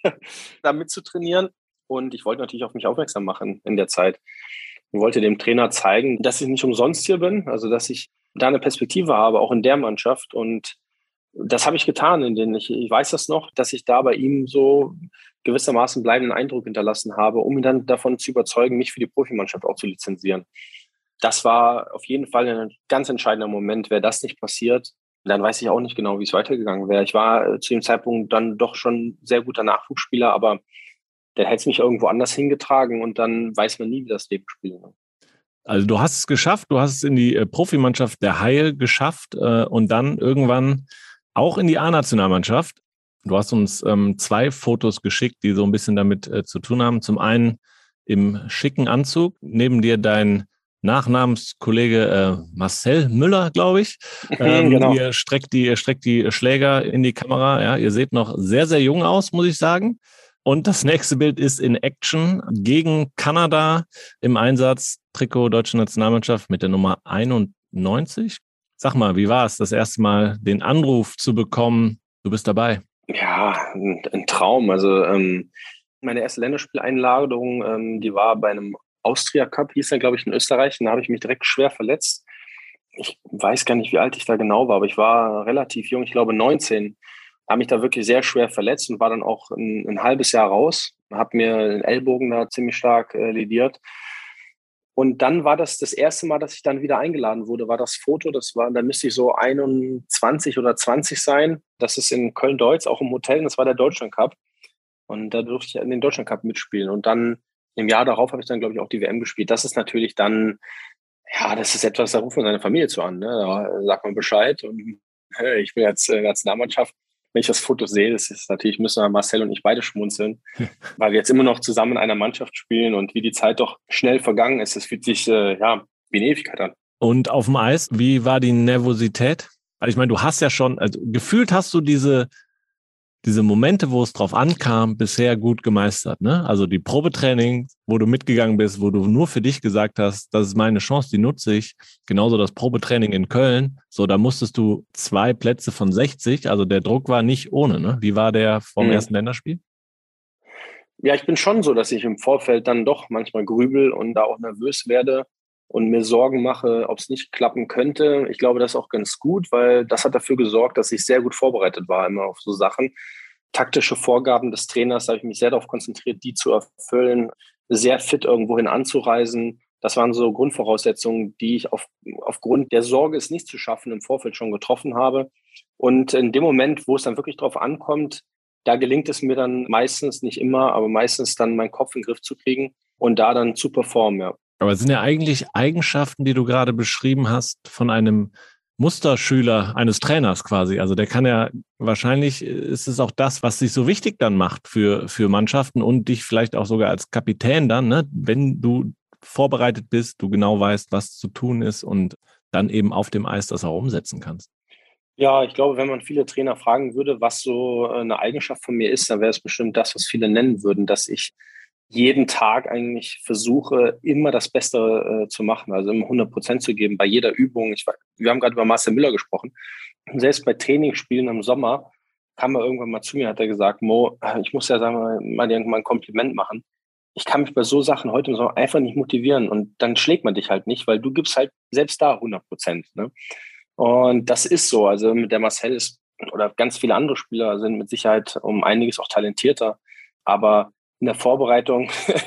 da mitzutrainieren. Und ich wollte natürlich auf mich aufmerksam machen in der Zeit. Ich wollte dem Trainer zeigen, dass ich nicht umsonst hier bin, also dass ich da eine Perspektive habe, auch in der Mannschaft. Und das habe ich getan, indem ich, ich weiß das noch, dass ich da bei ihm so gewissermaßen bleibenden Eindruck hinterlassen habe, um ihn dann davon zu überzeugen, mich für die Profimannschaft auch zu lizenzieren. Das war auf jeden Fall ein ganz entscheidender Moment. Wäre das nicht passiert, dann weiß ich auch nicht genau, wie es weitergegangen wäre. Ich war zu dem Zeitpunkt dann doch schon sehr guter Nachwuchsspieler, aber der hätte es mich irgendwo anders hingetragen und dann weiß man nie, wie das Leben spielt. Also du hast es geschafft, du hast es in die äh, Profimannschaft der Haie geschafft äh, und dann irgendwann auch in die A-Nationalmannschaft. Du hast uns ähm, zwei Fotos geschickt, die so ein bisschen damit äh, zu tun haben. Zum einen im schicken Anzug, neben dir dein Nachnamenskollege äh, Marcel Müller, glaube ich. Ähm, genau. Ihr streckt die, ihr streckt die Schläger in die Kamera. Ja, ihr seht noch sehr, sehr jung aus, muss ich sagen. Und das nächste Bild ist in Action gegen Kanada im Einsatz, Trikot deutsche Nationalmannschaft mit der Nummer einundneunzig. Sag mal, wie war es, das erste Mal den Anruf zu bekommen, du bist dabei? Ja, ein, ein Traum. Also ähm, meine erste Länderspieleinladung, ähm, die war bei einem Austria Cup, hieß er, glaube ich, in Österreich. Und da habe ich mich direkt schwer verletzt. Ich weiß gar nicht, wie alt ich da genau war, aber ich war relativ jung, ich glaube neunzehn. Habe mich da wirklich sehr schwer verletzt und war dann auch ein, ein halbes Jahr raus. Habe mir den Ellbogen da ziemlich stark äh, lediert. Und dann war das das erste Mal, dass ich dann wieder eingeladen wurde, war das Foto. Das war, da müsste ich so einundzwanzig oder zwanzig sein. Das ist in Köln-Deutz, auch im Hotel. Und das war der Deutschland Cup. Und da durfte ich in den Deutschland Cup mitspielen. Und dann im Jahr darauf habe ich dann, glaube ich, auch die W M gespielt. Das ist natürlich dann, ja, das ist etwas, da ruft man seine Familie zu an. Ne? Da sagt man Bescheid. Und hey, ich bin jetzt äh, Nationalmannschaft. Wenn ich das Foto sehe, das ist natürlich, müssen Marcel und ich beide schmunzeln, weil wir jetzt immer noch zusammen in einer Mannschaft spielen und wie die Zeit doch schnell vergangen ist. Das fühlt sich äh, ja wie eine Ewigkeit an. Und auf dem Eis, wie war die Nervosität? Weil ich meine, du hast ja schon, also gefühlt hast du diese, diese Momente, wo es drauf ankam, bisher gut gemeistert, ne? Also die Probetraining, wo du mitgegangen bist, wo du nur für dich gesagt hast, das ist meine Chance, die nutze ich. Genauso das Probetraining in Köln. So, da musstest du zwei Plätze von sechzig, also der Druck war nicht ohne, ne? Wie war der vom Mhm. ersten Länderspiel? Ja, ich bin schon so, dass ich im Vorfeld dann doch manchmal grübel und da auch nervös werde und mir Sorgen mache, ob es nicht klappen könnte. Ich glaube, das ist auch ganz gut, weil das hat dafür gesorgt, dass ich sehr gut vorbereitet war immer auf so Sachen. Taktische Vorgaben des Trainers, da habe ich mich sehr darauf konzentriert, die zu erfüllen, sehr fit irgendwohin anzureisen. Das waren so Grundvoraussetzungen, die ich auf, aufgrund der Sorge, es nicht zu schaffen, im Vorfeld schon getroffen habe. Und in dem Moment, wo es dann wirklich drauf ankommt, da gelingt es mir dann meistens, nicht immer, aber meistens dann meinen Kopf in den Griff zu kriegen und da dann zu performen, ja. Aber es sind ja eigentlich Eigenschaften, die du gerade beschrieben hast, von einem Musterschüler eines Trainers quasi. Also der kann ja, wahrscheinlich ist es auch das, was dich so wichtig dann macht für, für Mannschaften und dich vielleicht auch sogar als Kapitän dann, ne? Wenn du vorbereitet bist, du genau weißt, was zu tun ist und dann eben auf dem Eis das auch umsetzen kannst. Ja, ich glaube, wenn man viele Trainer fragen würde, was so eine Eigenschaft von mir ist, dann wäre es bestimmt das, was viele nennen würden, dass ich jeden Tag eigentlich versuche, immer das Beste äh, zu machen, also immer hundert Prozent zu geben bei jeder Übung. Ich, wir haben gerade über Marcel Müller gesprochen. Selbst bei Trainingsspielen im Sommer kam er irgendwann mal zu mir, hat er gesagt, Mo, ich muss ja sagen, mal, mal dir mal ein Kompliment machen. Ich kann mich bei so Sachen heute im Sommer einfach nicht motivieren und dann schlägt man dich halt nicht, weil du gibst halt selbst da hundert Prozent. Ne? Und das ist so. Also mit der Marcel ist, oder ganz viele andere Spieler sind mit Sicherheit um einiges auch talentierter. Aber in der Vorbereitung,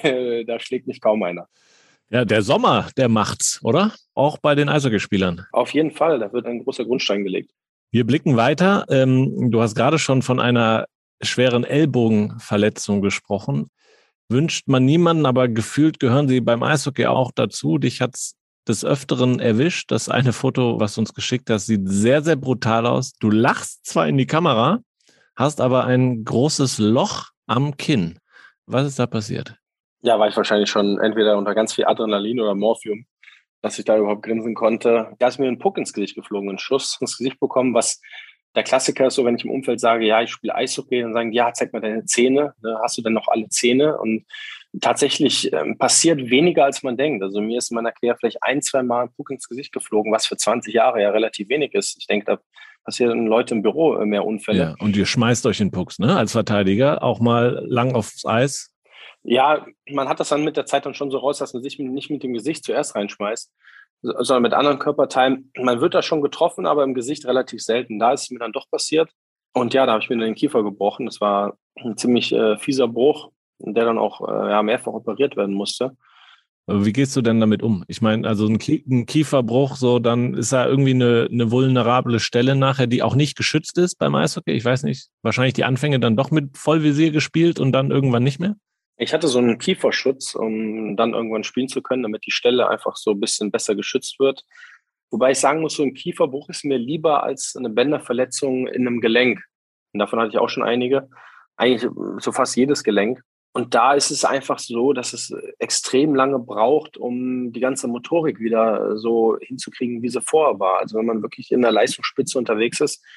da schlägt mich kaum einer. Ja, der Sommer, der macht's, oder? Auch bei den Eishockeyspielern. Auf jeden Fall, da wird ein großer Grundstein gelegt. Wir blicken weiter. Ähm, du hast gerade schon von einer schweren Ellbogenverletzung gesprochen. Wünscht man niemanden, aber gefühlt gehören sie beim Eishockey auch dazu. Dich hat's des Öfteren erwischt. Das eine Foto, was du uns geschickt hast, sieht sehr, sehr brutal aus. Du lachst zwar in die Kamera, hast aber ein großes Loch am Kinn. Was ist da passiert? Ja, war ich wahrscheinlich schon entweder unter ganz viel Adrenalin oder Morphium, dass ich da überhaupt grinsen konnte. Da ist mir ein Puck ins Gesicht geflogen, ein Schuss ins Gesicht bekommen, was der Klassiker ist, so wenn ich im Umfeld sage, ja, ich spiele Eishockey, dann sagen die, ja, zeig mal deine Zähne, hast du denn noch alle Zähne? Und tatsächlich ähm, passiert weniger, als man denkt. Also mir ist in meiner Karriere vielleicht ein, zwei Mal ein Puck ins Gesicht geflogen, was für zwanzig Jahre ja relativ wenig ist. Ich denke, da passieren Leute im Büro mehr Unfälle. Ja, und ihr schmeißt euch in Pucks, ne? Als Verteidiger auch mal lang aufs Eis. Ja, man hat das dann mit der Zeit dann schon so raus, dass man sich nicht mit dem Gesicht zuerst reinschmeißt, sondern mit anderen Körperteilen. Man wird da schon getroffen, aber im Gesicht relativ selten. Da ist es mir dann doch passiert. Und ja, da habe ich mir den Kiefer gebrochen. Das war ein ziemlich äh, fieser Bruch, der dann auch äh, ja, mehrfach operiert werden musste. Aber wie gehst du denn damit um? Ich meine, also ein, Kie- ein Kieferbruch, so dann ist da irgendwie eine, eine vulnerable Stelle nachher, die auch nicht geschützt ist beim Eishockey. Ich weiß nicht, wahrscheinlich die Anfänge dann doch mit Vollvisier gespielt und dann irgendwann nicht mehr? Ich hatte so einen Kieferschutz, um dann irgendwann spielen zu können, damit die Stelle einfach so ein bisschen besser geschützt wird. Wobei ich sagen muss, so ein Kieferbruch ist mir lieber als eine Bänderverletzung in einem Gelenk. Und davon hatte ich auch schon einige. Eigentlich so fast jedes Gelenk. Und da ist es einfach so, dass es extrem lange braucht, um die ganze Motorik wieder so hinzukriegen, wie sie vorher war. Also wenn man wirklich in der Leistungsspitze unterwegs ist,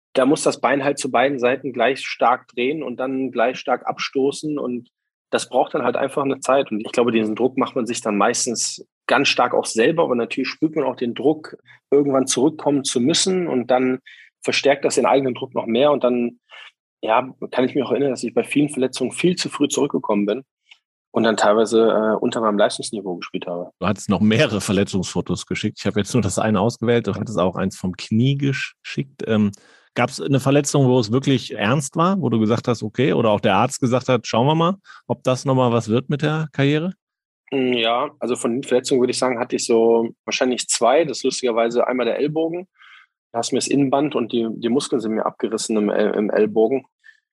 da muss das Bein halt zu beiden Seiten gleich stark drehen und dann gleich stark abstoßen und das braucht dann halt einfach eine Zeit. Und ich glaube, diesen Druck macht man sich dann meistens ganz stark auch selber, aber natürlich spürt man auch den Druck, irgendwann zurückkommen zu müssen und dann verstärkt das den eigenen Druck noch mehr und dann, ja, kann ich mich auch erinnern, dass ich bei vielen Verletzungen viel zu früh zurückgekommen bin und dann teilweise äh, unter meinem Leistungsniveau gespielt habe. Du hattest noch mehrere Verletzungsfotos geschickt. Ich habe jetzt nur das eine ausgewählt. Du hattest auch eins vom Knie geschickt. Ähm, Gab es eine Verletzung, wo es wirklich ernst war, wo du gesagt hast, okay, oder auch der Arzt gesagt hat, schauen wir mal, ob das nochmal was wird mit der Karriere? Ja, also von den Verletzungen würde ich sagen, hatte ich so wahrscheinlich zwei. Das ist lustigerweise einmal der Ellbogen. Da hast du mir das Innenband und die, die Muskeln sind mir abgerissen im, im Ellbogen.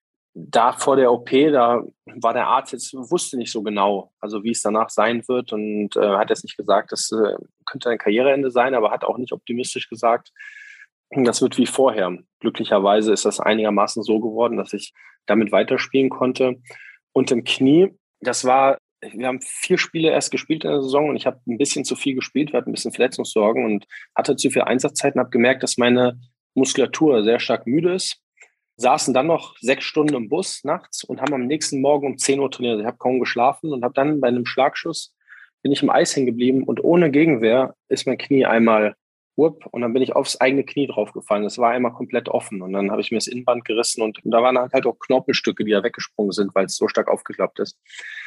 Da vor der O P, da war der Arzt jetzt, wusste nicht so genau, also wie es danach sein wird und äh, hat jetzt nicht gesagt, das äh, könnte ein Karriereende sein, aber hat auch nicht optimistisch gesagt, das wird wie vorher. Glücklicherweise ist das einigermaßen so geworden, dass ich damit weiterspielen konnte. Und im Knie, das war, wir haben vier Spiele erst gespielt in der Saison und ich habe ein bisschen zu viel gespielt, wir hatten ein bisschen Verletzungssorgen und hatte zu viel Einsatzzeiten, habe gemerkt, dass meine Muskulatur sehr stark müde ist. Saßen dann noch sechs Stunden im Bus nachts und haben am nächsten Morgen um zehn Uhr trainiert. Ich habe kaum geschlafen und habe dann bei einem Schlagschuss bin ich im Eis hängen geblieben und ohne Gegenwehr ist mein Knie einmal whoop, und dann bin ich aufs eigene Knie draufgefallen. Das war einmal komplett offen und dann habe ich mir das Innenband gerissen und da waren halt auch Knorpelstücke, die da weggesprungen sind, weil es so stark aufgeklappt ist.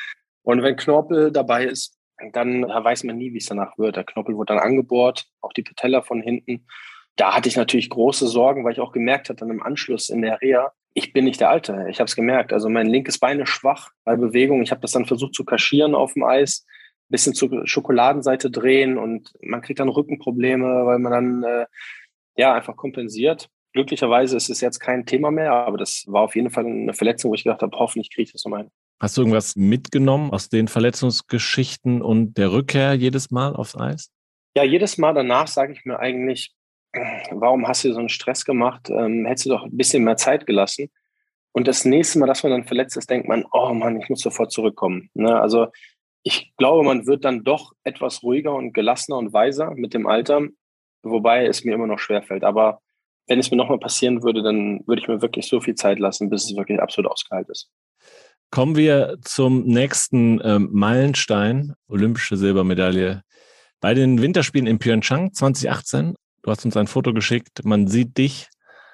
Und wenn Knorpel dabei ist, dann weiß man nie, wie es danach wird. Der Knorpel wurde dann angebohrt, auch die Patella von hinten. Da hatte ich natürlich große Sorgen, weil ich auch gemerkt hatte, dann im Anschluss in der Reha, ich bin nicht der Alte. Ich habe es gemerkt. Also mein linkes Bein ist schwach bei Bewegung. Ich habe das dann versucht zu kaschieren auf dem Eis, ein bisschen zur Schokoladenseite drehen und man kriegt dann Rückenprobleme, weil man dann äh, ja einfach kompensiert. Glücklicherweise ist es jetzt kein Thema mehr, aber das war auf jeden Fall eine Verletzung, wo ich gedacht habe, hoffentlich kriege ich das nochmal hin. Hast du irgendwas mitgenommen aus den Verletzungsgeschichten und der Rückkehr jedes Mal aufs Eis? Ja, jedes Mal danach sage ich mir eigentlich, warum hast du so einen Stress gemacht? Ähm, hättest du doch ein bisschen mehr Zeit gelassen. Und das nächste Mal, dass man dann verletzt ist, denkt man, oh Mann, ich muss sofort zurückkommen. Ne? Also ich glaube, man wird dann doch etwas ruhiger und gelassener und weiser mit dem Alter, wobei es mir immer noch schwerfällt. Aber wenn es mir nochmal passieren würde, dann würde ich mir wirklich so viel Zeit lassen, bis es wirklich absolut ausgeheilt ist. Kommen wir zum nächsten ähm, Meilenstein, olympische Silbermedaille bei den Winterspielen in Pyeongchang zwanzig achtzehn. Du hast uns ein Foto geschickt. Man sieht dich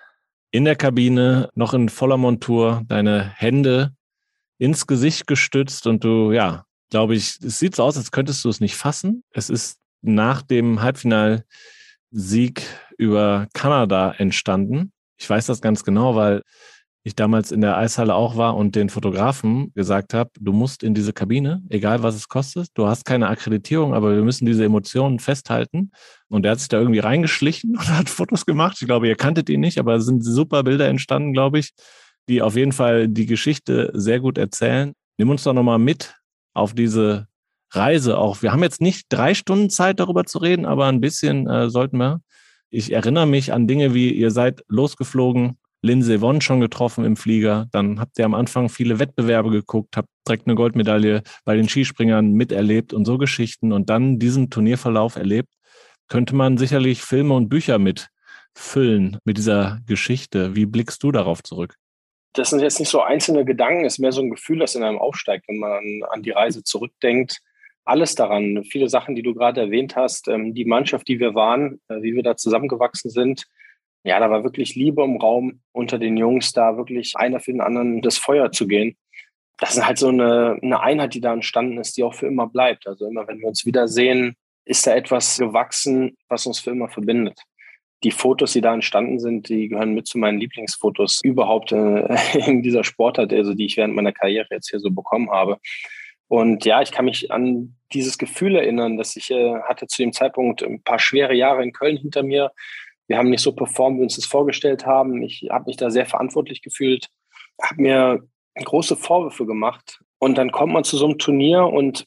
in der Kabine, noch in voller Montur, deine Hände ins Gesicht gestützt und du, ja, glaube ich, es sieht so aus, als könntest du es nicht fassen. Es ist nach dem Halbfinalsieg über Kanada entstanden. Ich weiß das ganz genau, weil ich damals in der Eishalle auch war und den Fotografen gesagt habe, du musst in diese Kabine, egal was es kostet, du hast keine Akkreditierung, aber wir müssen diese Emotionen festhalten. Und der hat sich da irgendwie reingeschlichen und hat Fotos gemacht. Ich glaube, ihr kanntet ihn nicht, aber es sind super Bilder entstanden, glaube ich, die auf jeden Fall die Geschichte sehr gut erzählen. Nimm uns doch nochmal mit auf diese Reise auch. Wir haben jetzt nicht drei Stunden Zeit, darüber zu reden, aber ein bisschen äh, sollten wir. Ich erinnere mich an Dinge wie, ihr seid losgeflogen, Lindsey Vonn schon getroffen im Flieger. Dann habt ihr am Anfang viele Wettbewerbe geguckt, habt direkt eine Goldmedaille bei den Skispringern miterlebt und so Geschichten und dann diesen Turnierverlauf erlebt. Könnte man sicherlich Filme und Bücher mitfüllen mit dieser Geschichte. Wie blickst du darauf zurück? Das sind jetzt nicht so einzelne Gedanken, es ist mehr so ein Gefühl, das in einem aufsteigt, wenn man an, an die Reise zurückdenkt. Alles daran, viele Sachen, die du gerade erwähnt hast, ähm, die Mannschaft, die wir waren, äh, wie wir da zusammengewachsen sind. Ja, da war wirklich Liebe im Raum unter den Jungs, da wirklich einer für den anderen das Feuer zu gehen. Das ist halt so eine, eine Einheit, die da entstanden ist, die auch für immer bleibt. Also immer, wenn wir uns wiedersehen, ist da etwas gewachsen, was uns für immer verbindet. Die Fotos, die da entstanden sind, die gehören mit zu meinen Lieblingsfotos überhaupt äh, in dieser Sportart, also die ich während meiner Karriere jetzt hier so bekommen habe. Und ja, ich kann mich an dieses Gefühl erinnern, dass ich äh, hatte zu dem Zeitpunkt ein paar schwere Jahre in Köln hinter mir. Wir haben nicht so performt, wie wir uns das vorgestellt haben. Ich habe mich da sehr verantwortlich gefühlt, habe mir große Vorwürfe gemacht. Und dann kommt man zu so einem Turnier und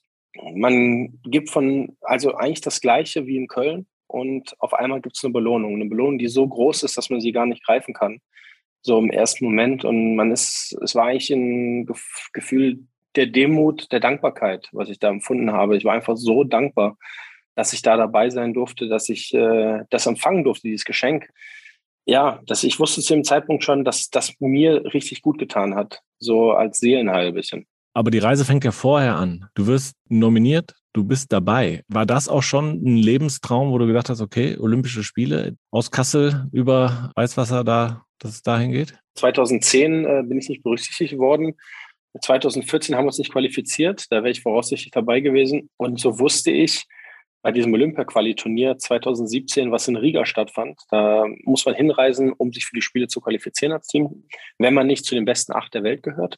man gibt von, also eigentlich das Gleiche wie in Köln. Und auf einmal gibt es eine Belohnung. Eine Belohnung, die so groß ist, dass man sie gar nicht greifen kann. So im ersten Moment. Und man ist, es war eigentlich ein Gefühl der Demut, der Dankbarkeit, was ich da empfunden habe. Ich war einfach so dankbar, dass ich da dabei sein durfte, dass ich äh, das empfangen durfte, dieses Geschenk. Ja, das, ich wusste zu dem Zeitpunkt schon, dass das mir richtig gut getan hat. So als Seelenheil ein bisschen. Aber die Reise fängt ja vorher an. Du wirst nominiert, du bist dabei. War das auch schon ein Lebenstraum, wo du gedacht hast, okay, Olympische Spiele aus Kassel über Weißwasser, da, dass es dahin geht? zweitausendzehn äh, bin ich nicht berücksichtigt worden. zweitausendvierzehn haben wir uns nicht qualifiziert. Da wäre ich voraussichtlich dabei gewesen. Und so wusste ich, bei diesem Olympia-Quali-Turnier zweitausendsiebzehn, was in Riga stattfand, da muss man hinreisen, um sich für die Spiele zu qualifizieren als Team, wenn man nicht zu den besten acht der Welt gehört.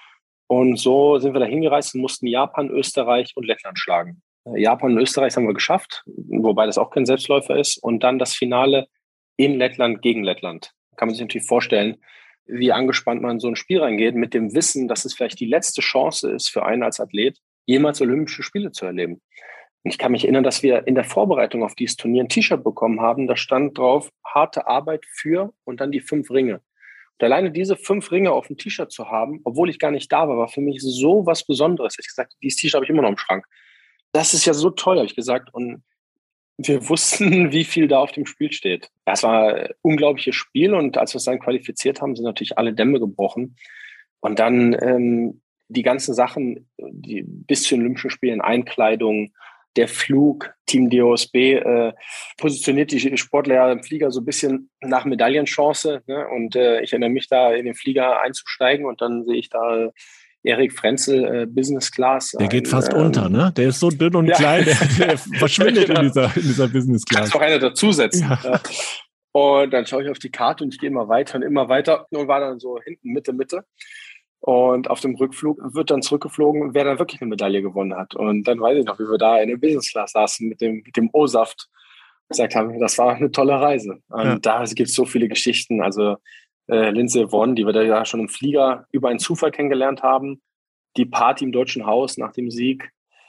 Und so sind wir da hingereist und mussten Japan, Österreich und Lettland schlagen. Japan und Österreich haben wir geschafft, wobei das auch kein Selbstläufer ist. Und dann das Finale in Lettland gegen Lettland. Kann man sich natürlich vorstellen, wie angespannt man in so ein Spiel reingeht, mit dem Wissen, dass es vielleicht die letzte Chance ist für einen als Athlet, jemals Olympische Spiele zu erleben. Und ich kann mich erinnern, dass wir in der Vorbereitung auf dieses Turnier ein T-Shirt bekommen haben. Da stand drauf, harte Arbeit für und dann die fünf Ringe. Und alleine diese fünf Ringe auf dem T-Shirt zu haben, obwohl ich gar nicht da war, war für mich so was Besonderes. Ich habe gesagt, dieses T-Shirt habe ich immer noch im Schrank. Das ist ja so toll, habe ich gesagt. Und wir wussten, wie viel da auf dem Spiel steht. Das war ein unglaubliches Spiel. Und als wir es dann qualifiziert haben, sind natürlich alle Dämme gebrochen. Und dann ähm, die ganzen Sachen, die bis zu den Olympischen Spielen, Einkleidung, der Flug, Team D O S B äh, positioniert die Sportler ja im Flieger so ein bisschen nach Medaillenchance. Ne? Und äh, ich erinnere mich da, in den Flieger einzusteigen und dann sehe ich da äh, Erik Frenzel, äh, Business Class. Der geht ein, fast ähm, unter, ne? Der ist so dünn und ja. klein, der, der verschwindet Genau. in dieser, in dieser Business Class. Kannst noch einer dazusetzen. Ja. Ja. Und dann schaue ich auf die Karte und ich gehe immer weiter und immer weiter und war dann so hinten, Mitte, Mitte. Und auf dem Rückflug wird dann zurückgeflogen, wer dann wirklich eine Medaille gewonnen hat. Und dann weiß ich noch, wie wir da in der Business Class saßen mit dem, mit dem O-Saft. Gesagt haben, das war eine tolle Reise. Und ja. Da gibt es so viele Geschichten. Also äh, Lindsay Vonn, die wir da ja schon im Flieger über einen Zufall kennengelernt haben. Die Party im Deutschen Haus nach dem Sieg.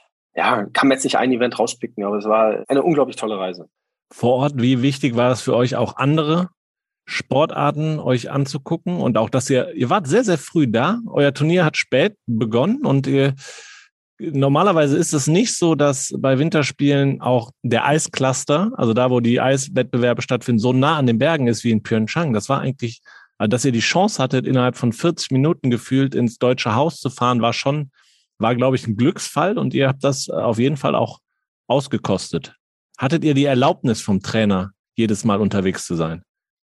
Ja, kann man jetzt nicht ein Event rauspicken, aber es war eine unglaublich tolle Reise. Vor Ort, wie wichtig war es für euch, auch andere Sportarten euch anzugucken und auch, dass ihr, ihr wart sehr, sehr früh da. Euer Turnier hat spät begonnen und ihr, normalerweise ist es nicht so, dass bei Winterspielen auch der Eiscluster, also da, wo die Eiswettbewerbe stattfinden, so nah an den Bergen ist wie in Pyeongchang. Das war eigentlich, also dass ihr die Chance hattet, innerhalb von vierzig Minuten gefühlt ins Deutsche Haus zu fahren, war schon, war, glaube ich, ein Glücksfall und ihr habt das auf jeden Fall auch ausgekostet. Hattet ihr die Erlaubnis vom Trainer, jedes Mal unterwegs zu sein?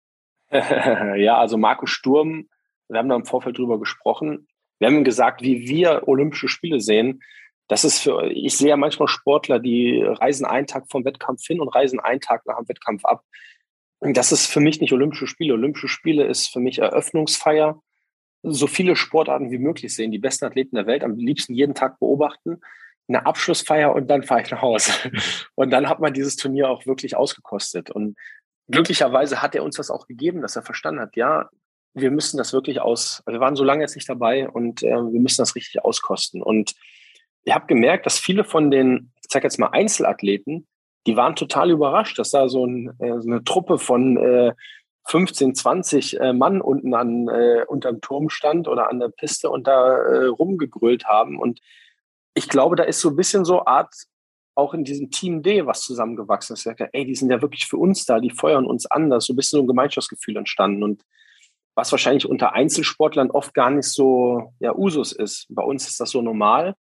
Ja, also Marco Sturm, wir haben da im Vorfeld drüber gesprochen. Wir haben ihm gesagt, wie wir Olympische Spiele sehen. Das ist für, ich sehe ja manchmal Sportler, die reisen einen Tag vom Wettkampf hin und reisen einen Tag nach dem Wettkampf ab. Das ist für mich nicht Olympische Spiele. Olympische Spiele ist für mich Eröffnungsfeier. So viele Sportarten wie möglich sehen, die besten Athleten der Welt am liebsten jeden Tag beobachten. Eine Abschlussfeier und dann fahre ich nach Hause. Und dann hat man dieses Turnier auch wirklich ausgekostet. Und glücklicherweise hat er uns das auch gegeben, dass er verstanden hat, ja, wir müssen das wirklich aus, wir waren so lange jetzt nicht dabei und äh, wir müssen das richtig auskosten. Und ich habe gemerkt, dass viele von den, ich sage jetzt mal Einzelathleten, die waren total überrascht, dass da so, ein, äh, so eine Truppe von äh, fünfzehn, zwanzig äh, Mann unten an äh, unterm Turm stand oder an der Piste und da äh, rumgegrölt haben. Und ich glaube, da ist so ein bisschen so Art, auch in diesem Team D, was zusammengewachsen ist. Ey, die sind ja wirklich für uns da, die feuern uns an. Da ist so ein bisschen so ein Gemeinschaftsgefühl entstanden. Und was wahrscheinlich unter Einzelsportlern oft gar nicht so ja, Usus ist. Bei uns ist das so normal.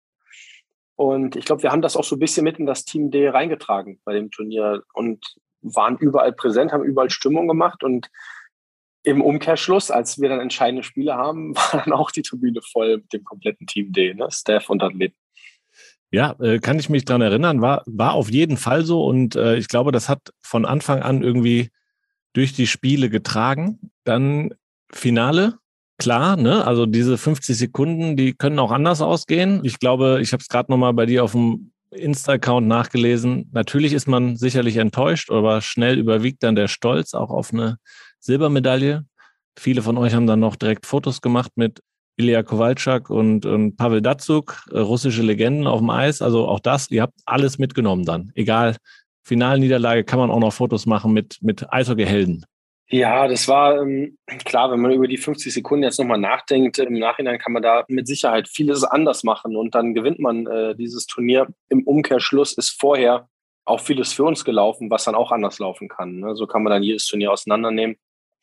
Und ich glaube, wir haben das auch so ein bisschen mit in das Team D reingetragen bei dem Turnier und waren überall präsent, haben überall Stimmung gemacht. Und im Umkehrschluss, als wir dann entscheidende Spiele haben, war dann auch die Tribüne voll mit dem kompletten Team D, ne? Staff und Athleten. Ja, äh, kann ich mich dran erinnern, war, war auf jeden Fall so und äh, ich glaube, das hat von Anfang an irgendwie durch die Spiele getragen. Dann Finale, klar, ne? Also diese fünfzig Sekunden, die können auch anders ausgehen. Ich glaube, ich habe es gerade nochmal bei dir auf dem Insta-Account nachgelesen. Natürlich ist man sicherlich enttäuscht, aber schnell überwiegt dann der Stolz auch auf eine Silbermedaille. Viele von euch haben dann noch direkt Fotos gemacht mit Ilya Kowalczak und, und Pavel Datsuk, äh, russische Legenden auf dem Eis. Also auch das, ihr habt alles mitgenommen dann. Egal, Finalniederlage kann man auch noch Fotos machen mit, mit Eishockey-Helden. Ja, das war ähm, klar, wenn man über die fünfzig Sekunden jetzt nochmal nachdenkt, im Nachhinein kann man da mit Sicherheit vieles anders machen und dann gewinnt man äh, dieses Turnier. Im Umkehrschluss ist vorher auch vieles für uns gelaufen, was dann auch anders laufen kann. Ne? So kann man dann jedes Turnier auseinandernehmen.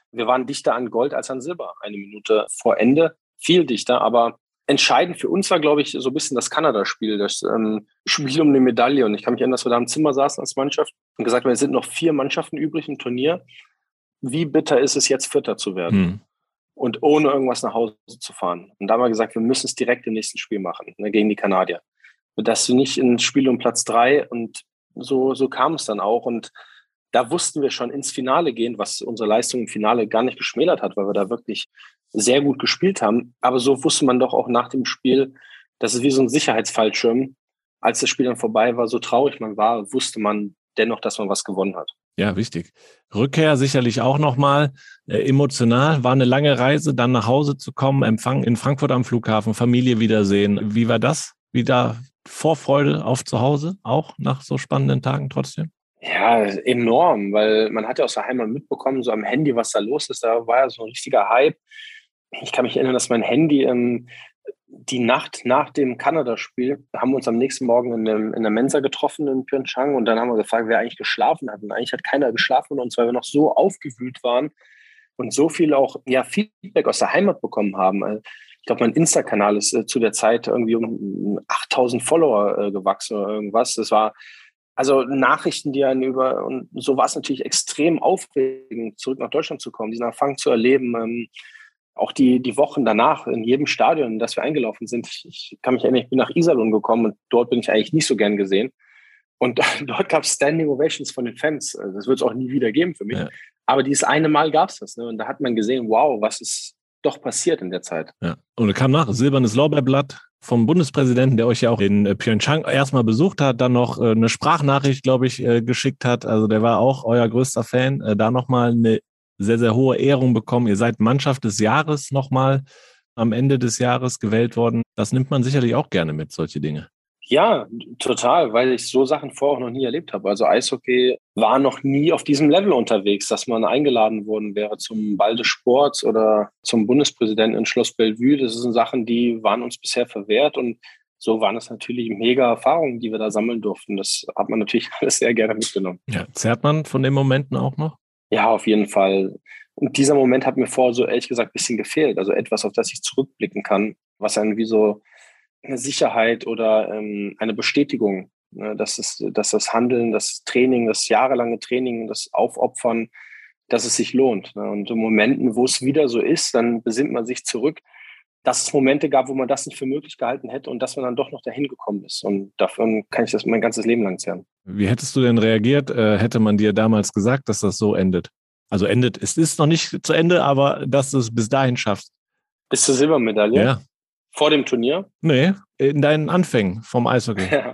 Wir waren dichter an Gold als an Silber, eine Minute vor Ende, viel dichter, aber entscheidend für uns war, glaube ich, so ein bisschen das Kanada-Spiel, das ähm, Spiel um eine Medaille. Und ich kann mich erinnern, dass wir da im Zimmer saßen als Mannschaft und gesagt haben, es sind noch vier Mannschaften übrig im Turnier. Wie bitter ist es jetzt, Vierter zu werden? Hm. Und ohne irgendwas nach Hause zu fahren. Und da haben wir gesagt, wir müssen es direkt im nächsten Spiel machen, ne, gegen die Kanadier. Dass du nicht ins Spiel um Platz drei und so, so kam es dann auch. Und da wussten wir schon ins Finale gehen, was unsere Leistung im Finale gar nicht geschmälert hat, weil wir da wirklich sehr gut gespielt haben. Aber so wusste man doch auch nach dem Spiel, das ist wie so ein Sicherheitsfallschirm. Als das Spiel dann vorbei war, so traurig man war, wusste man dennoch, dass man was gewonnen hat. Ja, wichtig. Rückkehr sicherlich auch nochmal äh, emotional. War eine lange Reise, dann nach Hause zu kommen, Empfang in Frankfurt am Flughafen, Familie wiedersehen. Wie war das? Wieder Vorfreude auf zu Hause, auch nach so spannenden Tagen trotzdem? Ja, enorm, weil man hat ja aus der Heimat mitbekommen, so am Handy, was da los ist. Da war ja so ein richtiger Hype. Ich kann mich erinnern, dass mein Handy ähm, die Nacht nach dem Kanada-Spiel, haben wir uns am nächsten Morgen in, dem, in der Mensa getroffen in Pyeongchang und dann haben wir gefragt, wer eigentlich geschlafen hat. Und eigentlich hat keiner geschlafen von uns, weil wir noch so aufgewühlt waren und so viel auch ja, Feedback aus der Heimat bekommen haben. Also ich glaube, mein Insta-Kanal ist äh, zu der Zeit irgendwie um achttausend Follower äh, gewachsen oder irgendwas. Das war also Nachrichten, die einen über, und so war es natürlich extrem aufregend, zurück nach Deutschland zu kommen, diesen Empfang zu erleben. Ähm, auch die, die Wochen danach in jedem Stadion, in das wir eingelaufen sind. Ich, ich kann mich erinnern, ich bin nach Iserlohn gekommen und dort bin ich eigentlich nicht so gern gesehen. Und dort gab es Standing Ovations von den Fans. Also das wird es auch nie wieder geben für mich. Ja. Aber dieses eine Mal gab es das. Ne? Und da hat man gesehen, wow, was ist doch passiert in der Zeit. Ja. Und da kam nach silbernes Lorbeerblatt vom Bundespräsidenten, der euch ja auch in Pyeongchang erstmal besucht hat, dann noch eine Sprachnachricht, glaube ich, geschickt hat. Also der war auch euer größter Fan. Da nochmal eine sehr, sehr hohe Ehrung bekommen. Ihr seid Mannschaft des Jahres nochmal am Ende des Jahres gewählt worden. Das nimmt man sicherlich auch gerne mit, solche Dinge. Ja, total, weil ich so Sachen vorher auch noch nie erlebt habe. Also Eishockey war noch nie auf diesem Level unterwegs, dass man eingeladen worden wäre zum Ball des Sports oder zum Bundespräsidenten in Schloss Bellevue. Das sind Sachen, die waren uns bisher verwehrt und so waren es natürlich mega Erfahrungen, die wir da sammeln durften. Das hat man natürlich alles sehr gerne mitgenommen. Ja, zerrt man von den Momenten auch noch? Ja, auf jeden Fall. Und dieser Moment hat mir vorher so ehrlich gesagt ein bisschen gefehlt. Also etwas, auf das ich zurückblicken kann, was einen wie so eine Sicherheit oder ähm, eine Bestätigung, ne, dass, es, dass das Handeln, das Training, das jahrelange Training, das Aufopfern, dass es sich lohnt. Ne. Und in Momenten, wo es wieder so ist, dann besinnt man sich zurück, dass es Momente gab, wo man das nicht für möglich gehalten hätte und dass man dann doch noch dahin gekommen ist. Und davon kann ich das mein ganzes Leben lang zehren. Wie hättest du denn reagiert, äh, hätte man dir damals gesagt, dass das so endet? Also endet, es ist noch nicht zu Ende, aber dass du es bis dahin schaffst. Bis zur Silbermedaille? Ja. Vor dem Turnier? Nee, in deinen Anfängen vom Eishockey. Ja,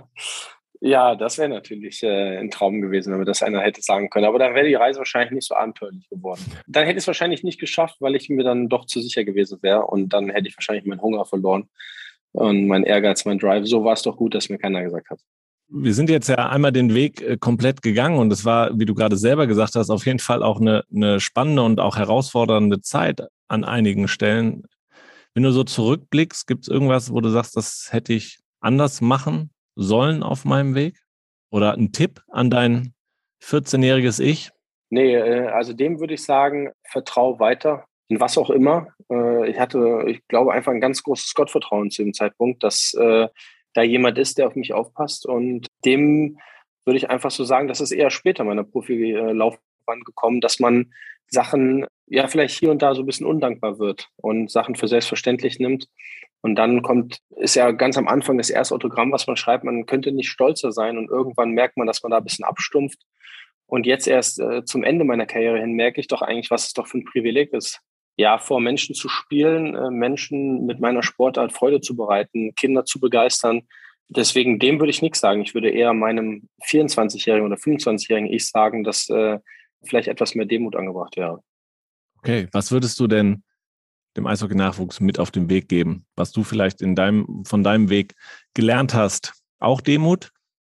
ja, das wäre natürlich äh, ein Traum gewesen, wenn mir das einer hätte sagen können. Aber dann wäre die Reise wahrscheinlich nicht so abenteuerlich geworden. Dann hätte ich es wahrscheinlich nicht geschafft, weil ich mir dann doch zu sicher gewesen wäre. Und dann hätte ich wahrscheinlich meinen Hunger verloren und mein Ehrgeiz, mein Drive. So war es doch gut, dass mir keiner gesagt hat. Wir sind jetzt ja einmal den Weg äh, komplett gegangen und es war, wie du gerade selber gesagt hast, auf jeden Fall auch eine, eine spannende und auch herausfordernde Zeit an einigen Stellen. Wenn du so zurückblickst, gibt es irgendwas, wo du sagst, das hätte ich anders machen sollen auf meinem Weg? Oder ein Tipp an dein vierzehnjähriges Ich? Nee, also dem würde ich sagen, vertrau weiter in was auch immer. Ich hatte, ich glaube, einfach ein ganz großes Gottvertrauen zu dem Zeitpunkt, dass äh, da jemand ist, der auf mich aufpasst. Und dem würde ich einfach so sagen, das ist eher später meiner Profilaufbahn gekommen, dass man Sachen ja vielleicht hier und da so ein bisschen undankbar wird und Sachen für selbstverständlich nimmt. Und dann kommt, ist ja ganz am Anfang das erste Autogramm, was man schreibt, man könnte nicht stolzer sein und irgendwann merkt man, dass man da ein bisschen abstumpft. Und jetzt erst äh, zum Ende meiner Karriere hin merke ich doch eigentlich, was es doch für ein Privileg ist, ja, vor Menschen zu spielen, äh, Menschen mit meiner Sportart Freude zu bereiten, Kinder zu begeistern. Deswegen, dem würde ich nichts sagen. Ich würde eher meinem vierundzwanzigjährigen oder fünfundzwanzigjährigen Ich sagen, dass äh, vielleicht etwas mehr Demut angebracht wäre. Okay, was würdest du denn dem Eishockey-Nachwuchs mit auf den Weg geben, was du vielleicht in deinem, von deinem Weg gelernt hast? Auch Demut?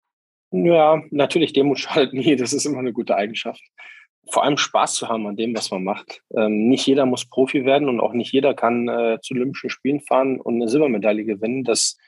Ja, natürlich, Demut schadet nie. Das ist immer eine gute Eigenschaft. Vor allem Spaß zu haben an dem, was man macht. Ähm, nicht jeder muss Profi werden und auch nicht jeder kann äh, zu Olympischen Spielen fahren und eine Silbermedaille gewinnen. Das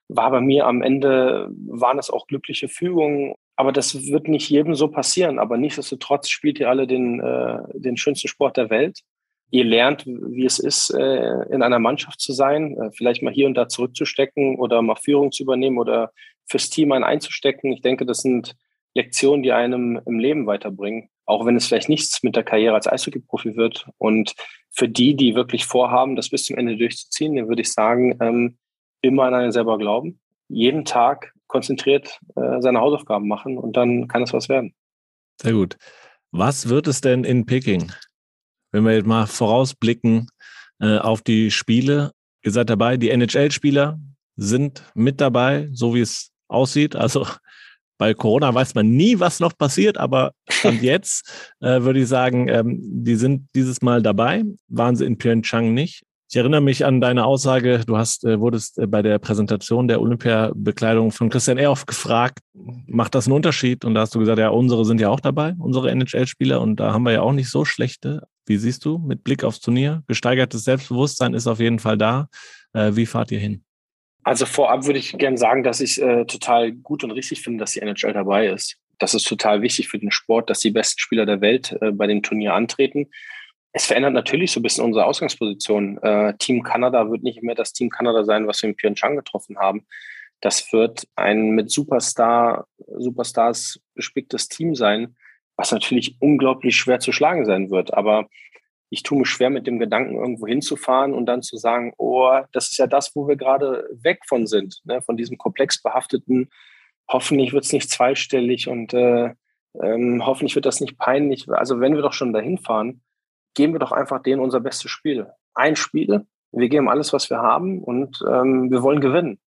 war bei mir am Ende, waren es auch glückliche Fügungen. Aber das wird nicht jedem so passieren. Aber nichtsdestotrotz spielt ihr alle den, äh, den schönsten Sport der Welt. Ihr lernt, wie es ist, äh, in einer Mannschaft zu sein, äh, vielleicht mal hier und da zurückzustecken oder mal Führung zu übernehmen oder fürs Team einen einzustecken. Ich denke, das sind Lektionen, die einem im Leben weiterbringen, auch wenn es vielleicht nichts mit der Karriere als Eishockey-Profi wird. Und für die, die wirklich vorhaben, das bis zum Ende durchzuziehen, dann würde ich sagen, ähm, immer an einen selber glauben, jeden Tag konzentriert äh, seine Hausaufgaben machen und dann kann es was werden. Sehr gut. Was wird es denn in Peking? Wenn wir jetzt mal vorausblicken äh, auf die Spiele, ihr seid dabei, die N H L-Spieler sind mit dabei, so wie es aussieht. Also bei Corona weiß man nie, was noch passiert, aber Stand jetzt äh, würde ich sagen, ähm, die sind dieses Mal dabei, waren sie in Pyeongchang nicht. Ich erinnere mich an deine Aussage, du hast, äh, wurdest äh, bei der Präsentation der Olympiabekleidung von Christian Ehrhoff gefragt, macht das einen Unterschied? Und da hast du gesagt, ja, unsere sind ja auch dabei, unsere N H L-Spieler, und da haben wir ja auch nicht so schlechte. Wie siehst du mit Blick aufs Turnier? Gesteigertes Selbstbewusstsein ist auf jeden Fall da. Äh, wie fahrt ihr hin? Also vorab würde ich gerne sagen, dass ich äh, total gut und richtig finde, dass die N H L dabei ist. Das ist total wichtig für den Sport, dass die besten Spieler der Welt äh, bei dem Turnier antreten. Es verändert natürlich so ein bisschen unsere Ausgangsposition. Äh, Team Kanada wird nicht mehr das Team Kanada sein, was wir in Pyeongchang getroffen haben. Das wird ein mit Superstar, Superstars bespicktes Team sein, was natürlich unglaublich schwer zu schlagen sein wird. Aber ich tue mich schwer mit dem Gedanken, irgendwo hinzufahren und dann zu sagen, oh, das ist ja das, wo wir gerade weg von sind, ne? Von diesem komplex behafteten, hoffentlich wird es nicht zweistellig und äh, ähm, hoffentlich wird das nicht peinlich. Also wenn wir doch schon dahin fahren, geben wir doch einfach denen unser bestes Spiel. Ein Spiel, wir geben alles, was wir haben und ähm, wir wollen gewinnen.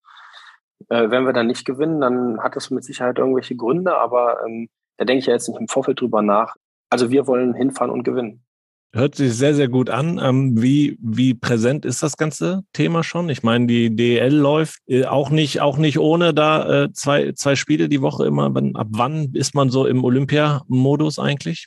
Äh, wenn wir dann nicht gewinnen, dann hat das mit Sicherheit irgendwelche Gründe, aber ähm, da denke ich ja jetzt nicht im Vorfeld drüber nach. Also wir wollen hinfahren und gewinnen. Hört sich sehr, sehr gut an. Ähm, wie, wie präsent ist das ganze Thema schon? Ich meine, die D E L läuft äh, auch nicht, auch nicht ohne da äh, zwei, zwei Spiele die Woche immer. Ab wann ist man so im Olympiamodus eigentlich?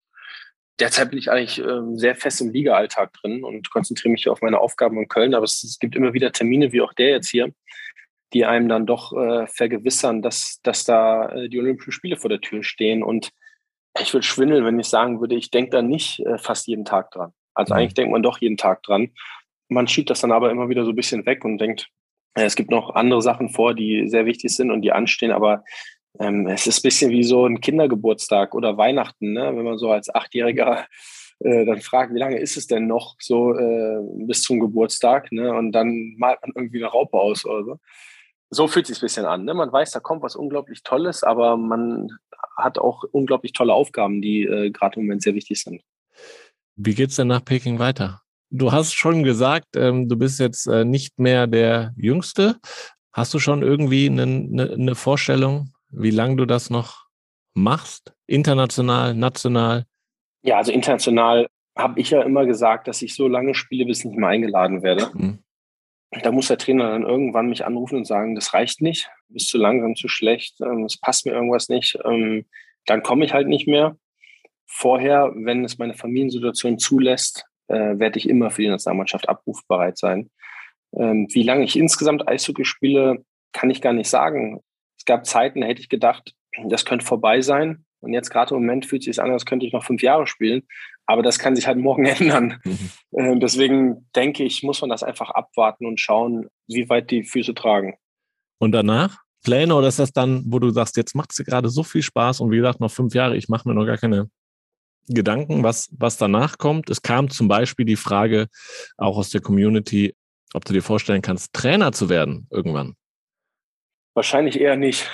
Derzeit bin ich eigentlich äh, sehr fest im Liga-Alltag drin und konzentriere mich auf meine Aufgaben in Köln. Aber es, es gibt immer wieder Termine, wie auch der jetzt hier, die einem dann doch äh, vergewissern, dass, dass da äh, die Olympischen Spiele vor der Tür stehen. Und ich würde schwindeln, wenn ich sagen würde, ich denke da nicht äh, fast jeden Tag dran. Also Mhm. eigentlich denkt man doch jeden Tag dran. Man schiebt das dann aber immer wieder so ein bisschen weg und denkt, äh, es gibt noch andere Sachen vor, die sehr wichtig sind und die anstehen. Aber ähm, es ist ein bisschen wie so ein Kindergeburtstag oder Weihnachten, ne? Wenn man so als Achtjähriger äh, dann fragt, wie lange ist es denn noch so äh, bis zum Geburtstag? Ne? Und dann malt man irgendwie eine Raupe aus oder so. So fühlt es sich ein bisschen an. Ne? Man weiß, da kommt was unglaublich Tolles, aber man hat auch unglaublich tolle Aufgaben, die äh, gerade im Moment sehr wichtig sind. Wie geht's denn nach Peking weiter? Du hast schon gesagt, ähm, du bist jetzt äh, nicht mehr der Jüngste. Hast du schon irgendwie eine, eine, eine Vorstellung, wie lange du das noch machst? International, national? Ja, also international habe ich ja immer gesagt, dass ich so lange spiele, bis ich nicht mehr eingeladen werde. Hm. Da muss der Trainer dann irgendwann mich anrufen und sagen, das reicht nicht, du bist zu langsam, zu schlecht, ähm, es passt mir irgendwas nicht. Ähm, dann komme ich halt nicht mehr. Vorher, wenn es meine Familiensituation zulässt, äh, werde ich immer für die Nationalmannschaft abrufbereit sein. Ähm, wie lange ich insgesamt Eishockey spiele, kann ich gar nicht sagen. Es gab Zeiten, da hätte ich gedacht, das könnte vorbei sein. Und jetzt gerade im Moment fühlt es sich an, als könnte ich noch fünf Jahre spielen. Aber das kann sich halt morgen ändern. Mhm. Ähm, deswegen denke ich, muss man das einfach abwarten und schauen, wie weit die Füße tragen. Und danach? Pläne, oder ist das dann, wo du sagst, jetzt macht es dir gerade so viel Spaß und wie gesagt, noch fünf Jahre, ich mache mir noch gar keine Gedanken, was, was danach kommt? Es kam zum Beispiel die Frage auch aus der Community, ob du dir vorstellen kannst, Trainer zu werden irgendwann. Wahrscheinlich eher nicht.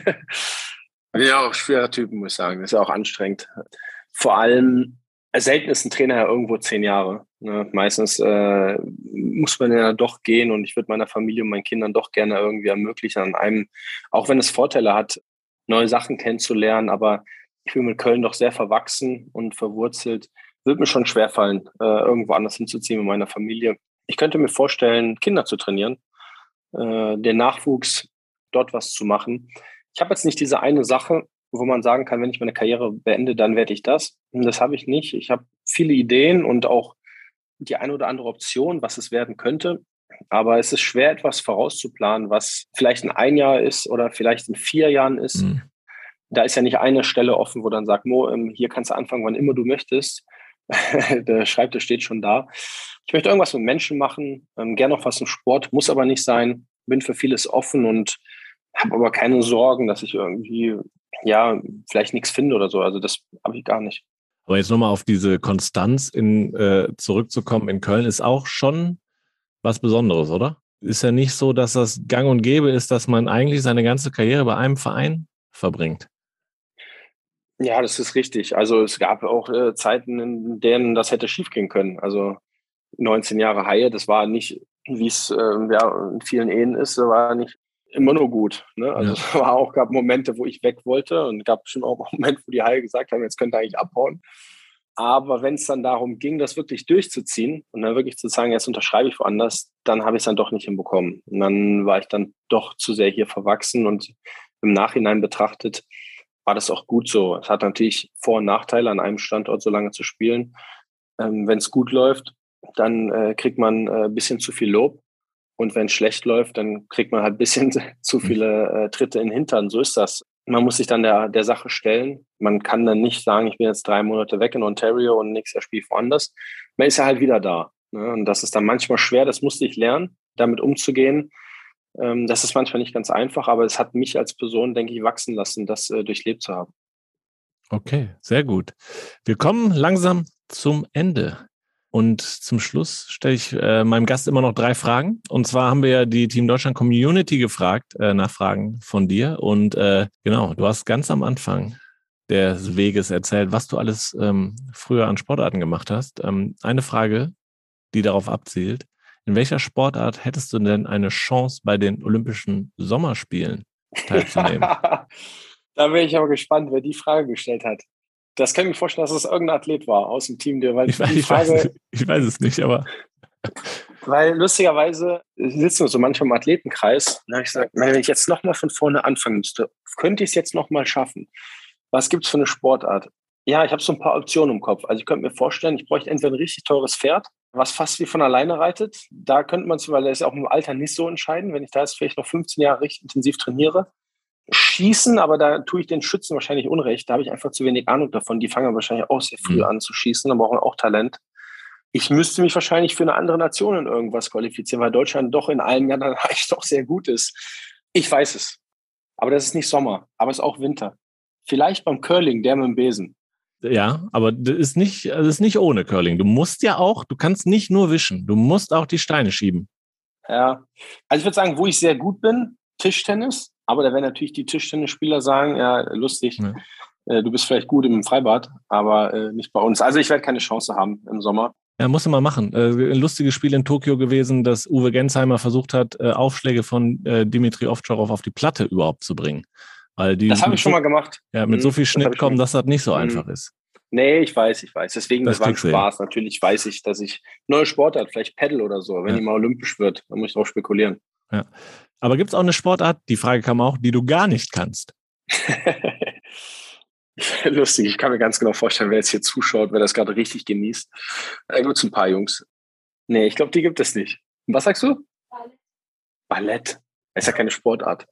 Ja, auch schwerer Typ, muss ich sagen. Das ist ja auch anstrengend. Vor allem, selten ist ein Trainer ja irgendwo zehn Jahre. Ne? Meistens äh, muss man ja doch gehen und ich würde meiner Familie und meinen Kindern doch gerne irgendwie ermöglichen, an einem, auch wenn es Vorteile hat, neue Sachen kennenzulernen, aber ich bin mit Köln doch sehr verwachsen und verwurzelt. Wird mir schon schwerfallen, äh, irgendwo anders hinzuziehen mit meiner Familie. Ich könnte mir vorstellen, Kinder zu trainieren, äh, den Nachwuchs dort was zu machen. Ich habe jetzt nicht diese eine Sache, wo man sagen kann, wenn ich meine Karriere beende, dann werde ich das. Das habe ich nicht. Ich habe viele Ideen und auch die eine oder andere Option, was es werden könnte. Aber es ist schwer, etwas vorauszuplanen, was vielleicht in ein Jahr ist oder vielleicht in vier Jahren ist. Mhm. Da ist ja nicht eine Stelle offen, wo dann sagt, Mo, hier kannst du anfangen, wann immer du möchtest. Der Schreibtisch steht schon da. Ich möchte irgendwas mit Menschen machen, ähm, gerne auch was im Sport, muss aber nicht sein. Bin für vieles offen und habe aber keine Sorgen, dass ich irgendwie, ja, vielleicht nichts finde oder so. Also das habe ich gar nicht. Aber jetzt nochmal auf diese Konstanz in, äh, zurückzukommen in Köln ist auch schon was Besonderes, oder? Ist ja nicht so, dass das gang und gäbe ist, dass man eigentlich seine ganze Karriere bei einem Verein verbringt. Ja, das ist richtig. Also es gab auch äh, Zeiten, in denen das hätte schiefgehen können. Also neunzehn Jahre Haie, das war nicht, wie es äh, ja, in vielen Ehen ist, war nicht immer nur gut. Ne? Also ja. Es war auch, gab Momente, wo ich weg wollte und gab schon auch Momente, wo die Haie gesagt haben, jetzt könnt ihr eigentlich abhauen. Aber wenn es dann darum ging, das wirklich durchzuziehen und dann wirklich zu sagen, jetzt unterschreibe ich woanders, dann habe ich es dann doch nicht hinbekommen. Und dann war ich dann doch zu sehr hier verwachsen und im Nachhinein betrachtet war das auch gut so. Es hat natürlich Vor- und Nachteile, an einem Standort so lange zu spielen. Ähm, wenn es gut läuft, dann äh, kriegt man ein äh, bisschen zu viel Lob. Und wenn es schlecht läuft, dann kriegt man halt ein bisschen zu viele äh, Tritte in den Hintern. So ist das. Man muss sich dann der, der Sache stellen. Man kann dann nicht sagen, ich bin jetzt drei Monate weg in Ontario und nächstes Jahr spiele ich woanders. Man ist ja halt wieder da. Ne? Und das ist dann manchmal schwer, das musste ich lernen, damit umzugehen. Ähm, das ist manchmal nicht ganz einfach, aber es hat mich als Person, denke ich, wachsen lassen, das äh, durchlebt zu haben. Okay, sehr gut. Wir kommen langsam zum Ende. Und zum Schluss stelle ich äh, meinem Gast immer noch drei Fragen. Und zwar haben wir ja die Team Deutschland Community gefragt äh, nach Fragen von dir. Und äh, genau, du hast ganz am Anfang des Weges erzählt, was du alles ähm, früher an Sportarten gemacht hast. Ähm, eine Frage, die darauf abzielt: In welcher Sportart hättest du denn eine Chance, bei den Olympischen Sommerspielen teilzunehmen? Da bin ich aber gespannt, wer die Frage gestellt hat. Das kann ich mir vorstellen, dass es irgendein Athlet war aus dem Team, der, weil ich, die ich, Frage, weiß, ich weiß es nicht, aber weil lustigerweise sitzen wir so manchmal im Athletenkreis. Und da habe ich gesagt, wenn ich jetzt nochmal von vorne anfangen müsste, könnte ich es jetzt nochmal schaffen? Was gibt es für eine Sportart? Ja, ich habe so ein paar Optionen im Kopf. Also ich könnte mir vorstellen, ich bräuchte entweder ein richtig teures Pferd, was fast wie von alleine reitet. Da könnte man, weil das ist auch im Alter nicht so entscheiden, wenn ich da jetzt vielleicht noch fünfzehn Jahre richtig intensiv trainiere. Schießen, aber da tue ich den Schützen wahrscheinlich Unrecht. Da habe ich einfach zu wenig Ahnung davon. Die fangen wahrscheinlich auch sehr früh mhm. an zu schießen, aber brauchen auch Talent. Ich müsste mich wahrscheinlich für eine andere Nation in irgendwas qualifizieren, weil Deutschland doch in allen Ländern eigentlich doch sehr gut ist. Ich weiß es. Aber das ist nicht Sommer, aber es ist auch Winter. Vielleicht beim Curling, der mit dem Besen. Ja, aber das ist nicht, das ist nicht ohne Curling. Du musst ja auch, du kannst nicht nur wischen, du musst auch die Steine schieben. Ja, also ich würde sagen, wo ich sehr gut bin, Tischtennis. Aber da werden natürlich die Tischtennisspieler sagen, ja, lustig, ja. Äh, du bist vielleicht gut im Freibad, aber äh, nicht bei uns. Also ich werde keine Chance haben im Sommer. Ja, musst du mal machen. Äh, ein lustiges Spiel in Tokio gewesen, dass Uwe Gensheimer versucht hat, äh, Aufschläge von äh, Dimitri Ovtcharov auf die Platte überhaupt zu bringen. Weil die das habe ich schon so, mal gemacht. Ja, mit mhm, so viel Schnitt das kommen, dass das nicht so mhm. einfach ist. Nee, ich weiß, ich weiß. Deswegen, das, das war ein Spaß. Hin. Natürlich weiß ich, dass ich neue Sportart, vielleicht Paddle oder so, wenn ja. die mal olympisch wird, dann muss ich drauf spekulieren. Ja. Aber gibt es auch eine Sportart, die Frage kam auch, die du gar nicht kannst? Lustig, ich kann mir ganz genau vorstellen, wer jetzt hier zuschaut, wer das gerade richtig genießt. Da gibt es ein paar Jungs. Nee, ich glaube, die gibt es nicht. Was sagst du? Ballett. Ballett. Das ist ja keine Sportart.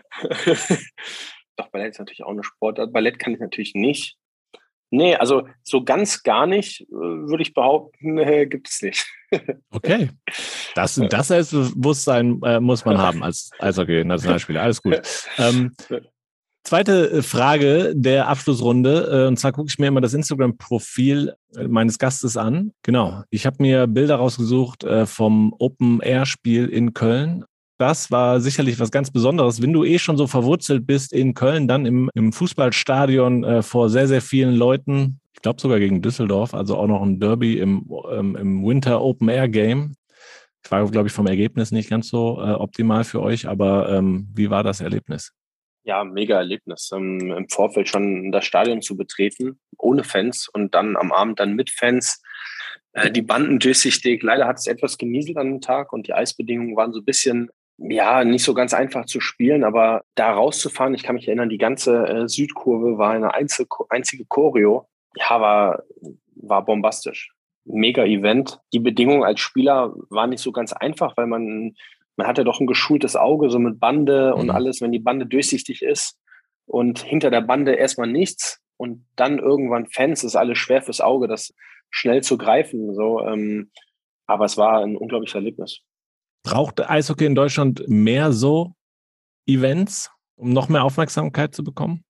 Doch, Ballett ist natürlich auch eine Sportart. Ballett kann ich natürlich nicht. Nee, also so ganz gar nicht, würde ich behaupten, äh, gibt es nicht. Okay. Das, das Selbstbewusstsein äh, muss man haben als Eishockey-Nationalspieler. Alles gut. Ähm, zweite Frage der Abschlussrunde. Äh, und zwar gucke ich mir immer das Instagram-Profil meines Gastes an. Genau. Ich habe mir Bilder rausgesucht äh, vom Open-Air-Spiel in Köln. Das war sicherlich was ganz Besonderes. Wenn du eh schon so verwurzelt bist in Köln, dann im, im Fußballstadion äh, vor sehr, sehr vielen Leuten. Ich glaube sogar gegen Düsseldorf, also auch noch ein Derby im, ähm, im Winter Open Air Game. Ich war, glaube ich, vom Ergebnis nicht ganz so äh, optimal für euch, aber ähm, wie war das Erlebnis? Ja, mega Erlebnis. Ähm, im Vorfeld schon das Stadion zu betreten, ohne Fans und dann am Abend dann mit Fans. Äh, die Banden durchsichtig. Leider hat es etwas genieselt an dem Tag und die Eisbedingungen waren so ein bisschen ja, nicht so ganz einfach zu spielen, aber da rauszufahren, ich kann mich erinnern, die ganze äh, Südkurve war eine einzel- einzige Choreo. Ja, war, war bombastisch. Mega-Event. Die Bedingungen als Spieler waren nicht so ganz einfach, weil man, man hatte doch ein geschultes Auge, so mit Bande und Mhm. alles, wenn die Bande durchsichtig ist und hinter der Bande erstmal nichts und dann irgendwann Fans, ist alles schwer fürs Auge, das schnell zu greifen. So, ähm, aber es war ein unglaubliches Erlebnis. Braucht Eishockey in Deutschland mehr so Events, um noch mehr Aufmerksamkeit zu bekommen?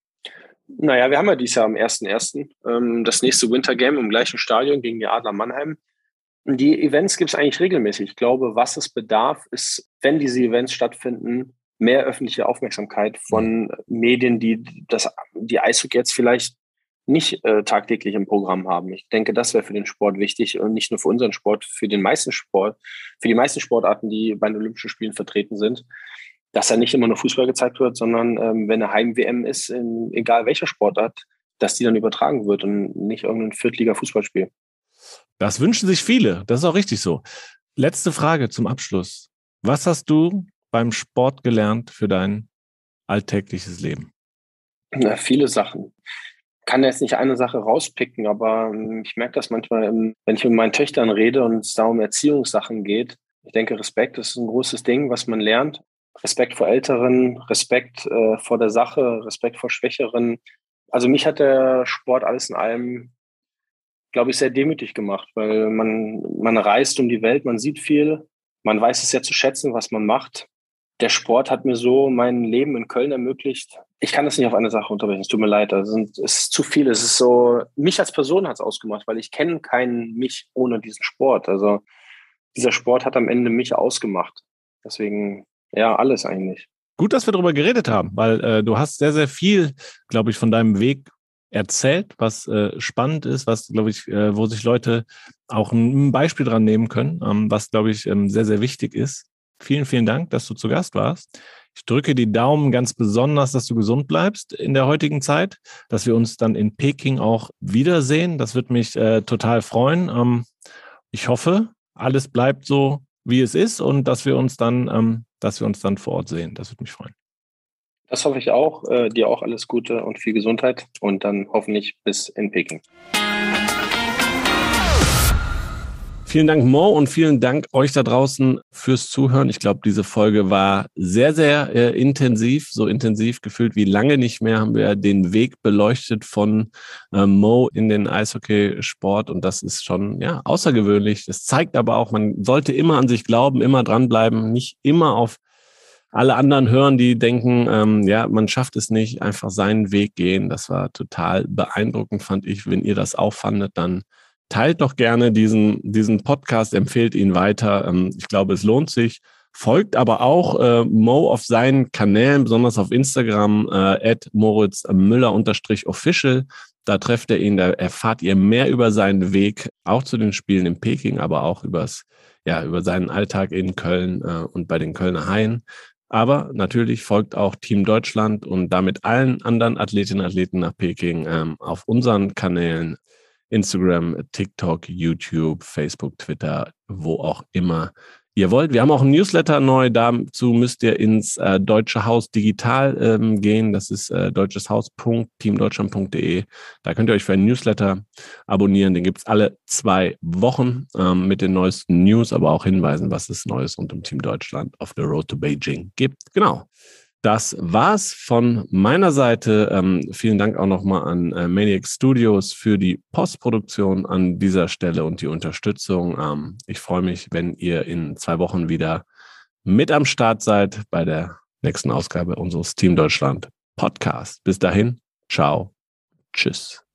Naja, wir haben ja dieses Jahr am ersten ersten Ähm, das nächste Winter Game im gleichen Stadion gegen die Adler Mannheim. Die Events gibt es eigentlich regelmäßig. Ich glaube, was es bedarf, ist, wenn diese Events stattfinden, mehr öffentliche Aufmerksamkeit von mhm. Medien, die das, die Eishockey jetzt vielleicht nicht äh, tagtäglich im Programm haben. Ich denke, das wäre für den Sport wichtig und nicht nur für unseren Sport, für den meisten Sport, für die meisten Sportarten, die bei den Olympischen Spielen vertreten sind, dass da nicht immer nur Fußball gezeigt wird, sondern ähm, wenn eine Heim-W M ist, in egal welcher Sportart, dass die dann übertragen wird und nicht irgendein Viertliga-Fußballspiel. Das wünschen sich viele. Das ist auch richtig so. Letzte Frage zum Abschluss. Was hast du beim Sport gelernt für dein alltägliches Leben? Na, viele Sachen. Ich kann jetzt nicht eine Sache rauspicken, aber ich merke das manchmal, wenn ich mit meinen Töchtern rede und es da um Erziehungssachen geht. Ich denke, Respekt ist ein großes Ding, was man lernt. Respekt vor Älteren, Respekt äh, vor der Sache, Respekt vor Schwächeren. Also mich hat der Sport alles in allem, glaube ich, sehr demütig gemacht, weil man, man reist um die Welt, man sieht viel, man weiß es ja zu schätzen, was man macht. Der Sport hat mir so mein Leben in Köln ermöglicht. Ich kann das nicht auf eine Sache unterbrechen, es tut mir leid. Also es ist zu viel. Es ist so, mich als Person hat es ausgemacht, weil ich kenne keinen mich ohne diesen Sport. Also dieser Sport hat am Ende mich ausgemacht. Deswegen, ja, alles eigentlich. Gut, dass wir darüber geredet haben, weil äh, du hast sehr, sehr viel, glaube ich, von deinem Weg erzählt, was äh, spannend ist, was, glaube ich, äh, wo sich Leute auch ein Beispiel dran nehmen können, ähm, was, glaube ich, ähm, sehr, sehr wichtig ist. Vielen, vielen Dank, dass du zu Gast warst. Ich drücke die Daumen ganz besonders, dass du gesund bleibst in der heutigen Zeit, dass wir uns dann in Peking auch wiedersehen. Das wird mich äh, total freuen. Ähm, ich hoffe, alles bleibt so, wie es ist und dass wir uns dann, ähm, dass wir uns dann vor Ort sehen. Das würde mich freuen. Das hoffe ich auch. Äh, dir auch alles Gute und viel Gesundheit und dann hoffentlich bis in Peking. Vielen Dank, Mo, und vielen Dank euch da draußen fürs Zuhören. Ich glaube, diese Folge war sehr, sehr äh, intensiv, so intensiv gefühlt wie lange nicht mehr. Haben wir den Weg beleuchtet von äh, Mo in den Eishockeysport und das ist schon ja außergewöhnlich. Das zeigt aber auch, man sollte immer an sich glauben, immer dranbleiben, nicht immer auf alle anderen hören, die denken, ähm, ja, man schafft es nicht, einfach seinen Weg gehen. Das war total beeindruckend, fand ich. Wenn ihr das auch fandet, dann teilt doch gerne diesen, diesen Podcast, empfehlt ihn weiter. Ähm, ich glaube, es lohnt sich. Folgt aber auch äh, Mo auf seinen Kanälen, besonders auf Instagram, äh, at Moritz Müller unterstrich official. Da trefft ihr ihn, da erfahrt ihr mehr über seinen Weg, auch zu den Spielen in Peking, aber auch übers, ja, über seinen Alltag in Köln äh, und bei den Kölner Haien. Aber natürlich folgt auch Team Deutschland und damit allen anderen Athletinnen und Athleten nach Peking ähm, auf unseren Kanälen Instagram, TikTok, YouTube, Facebook, Twitter, wo auch immer ihr wollt. Wir haben auch ein Newsletter neu, dazu müsst ihr ins äh, Deutsche Haus digital ähm, gehen. Das ist äh, deutscheshaus punkt teamdeutschland punkt de. Da könnt ihr euch für einen Newsletter abonnieren. Den gibt's alle zwei Wochen ähm, mit den neuesten News, aber auch Hinweisen, was es Neues rund um Team Deutschland auf the Road to Beijing gibt. Genau. Das war's von meiner Seite. Ähm, vielen Dank auch nochmal an äh, Maniac Studios für die Postproduktion an dieser Stelle und die Unterstützung. Ähm, ich freue mich, wenn ihr in zwei Wochen wieder mit am Start seid bei der nächsten Ausgabe unseres Team Deutschland Podcast. Bis dahin, ciao, tschüss.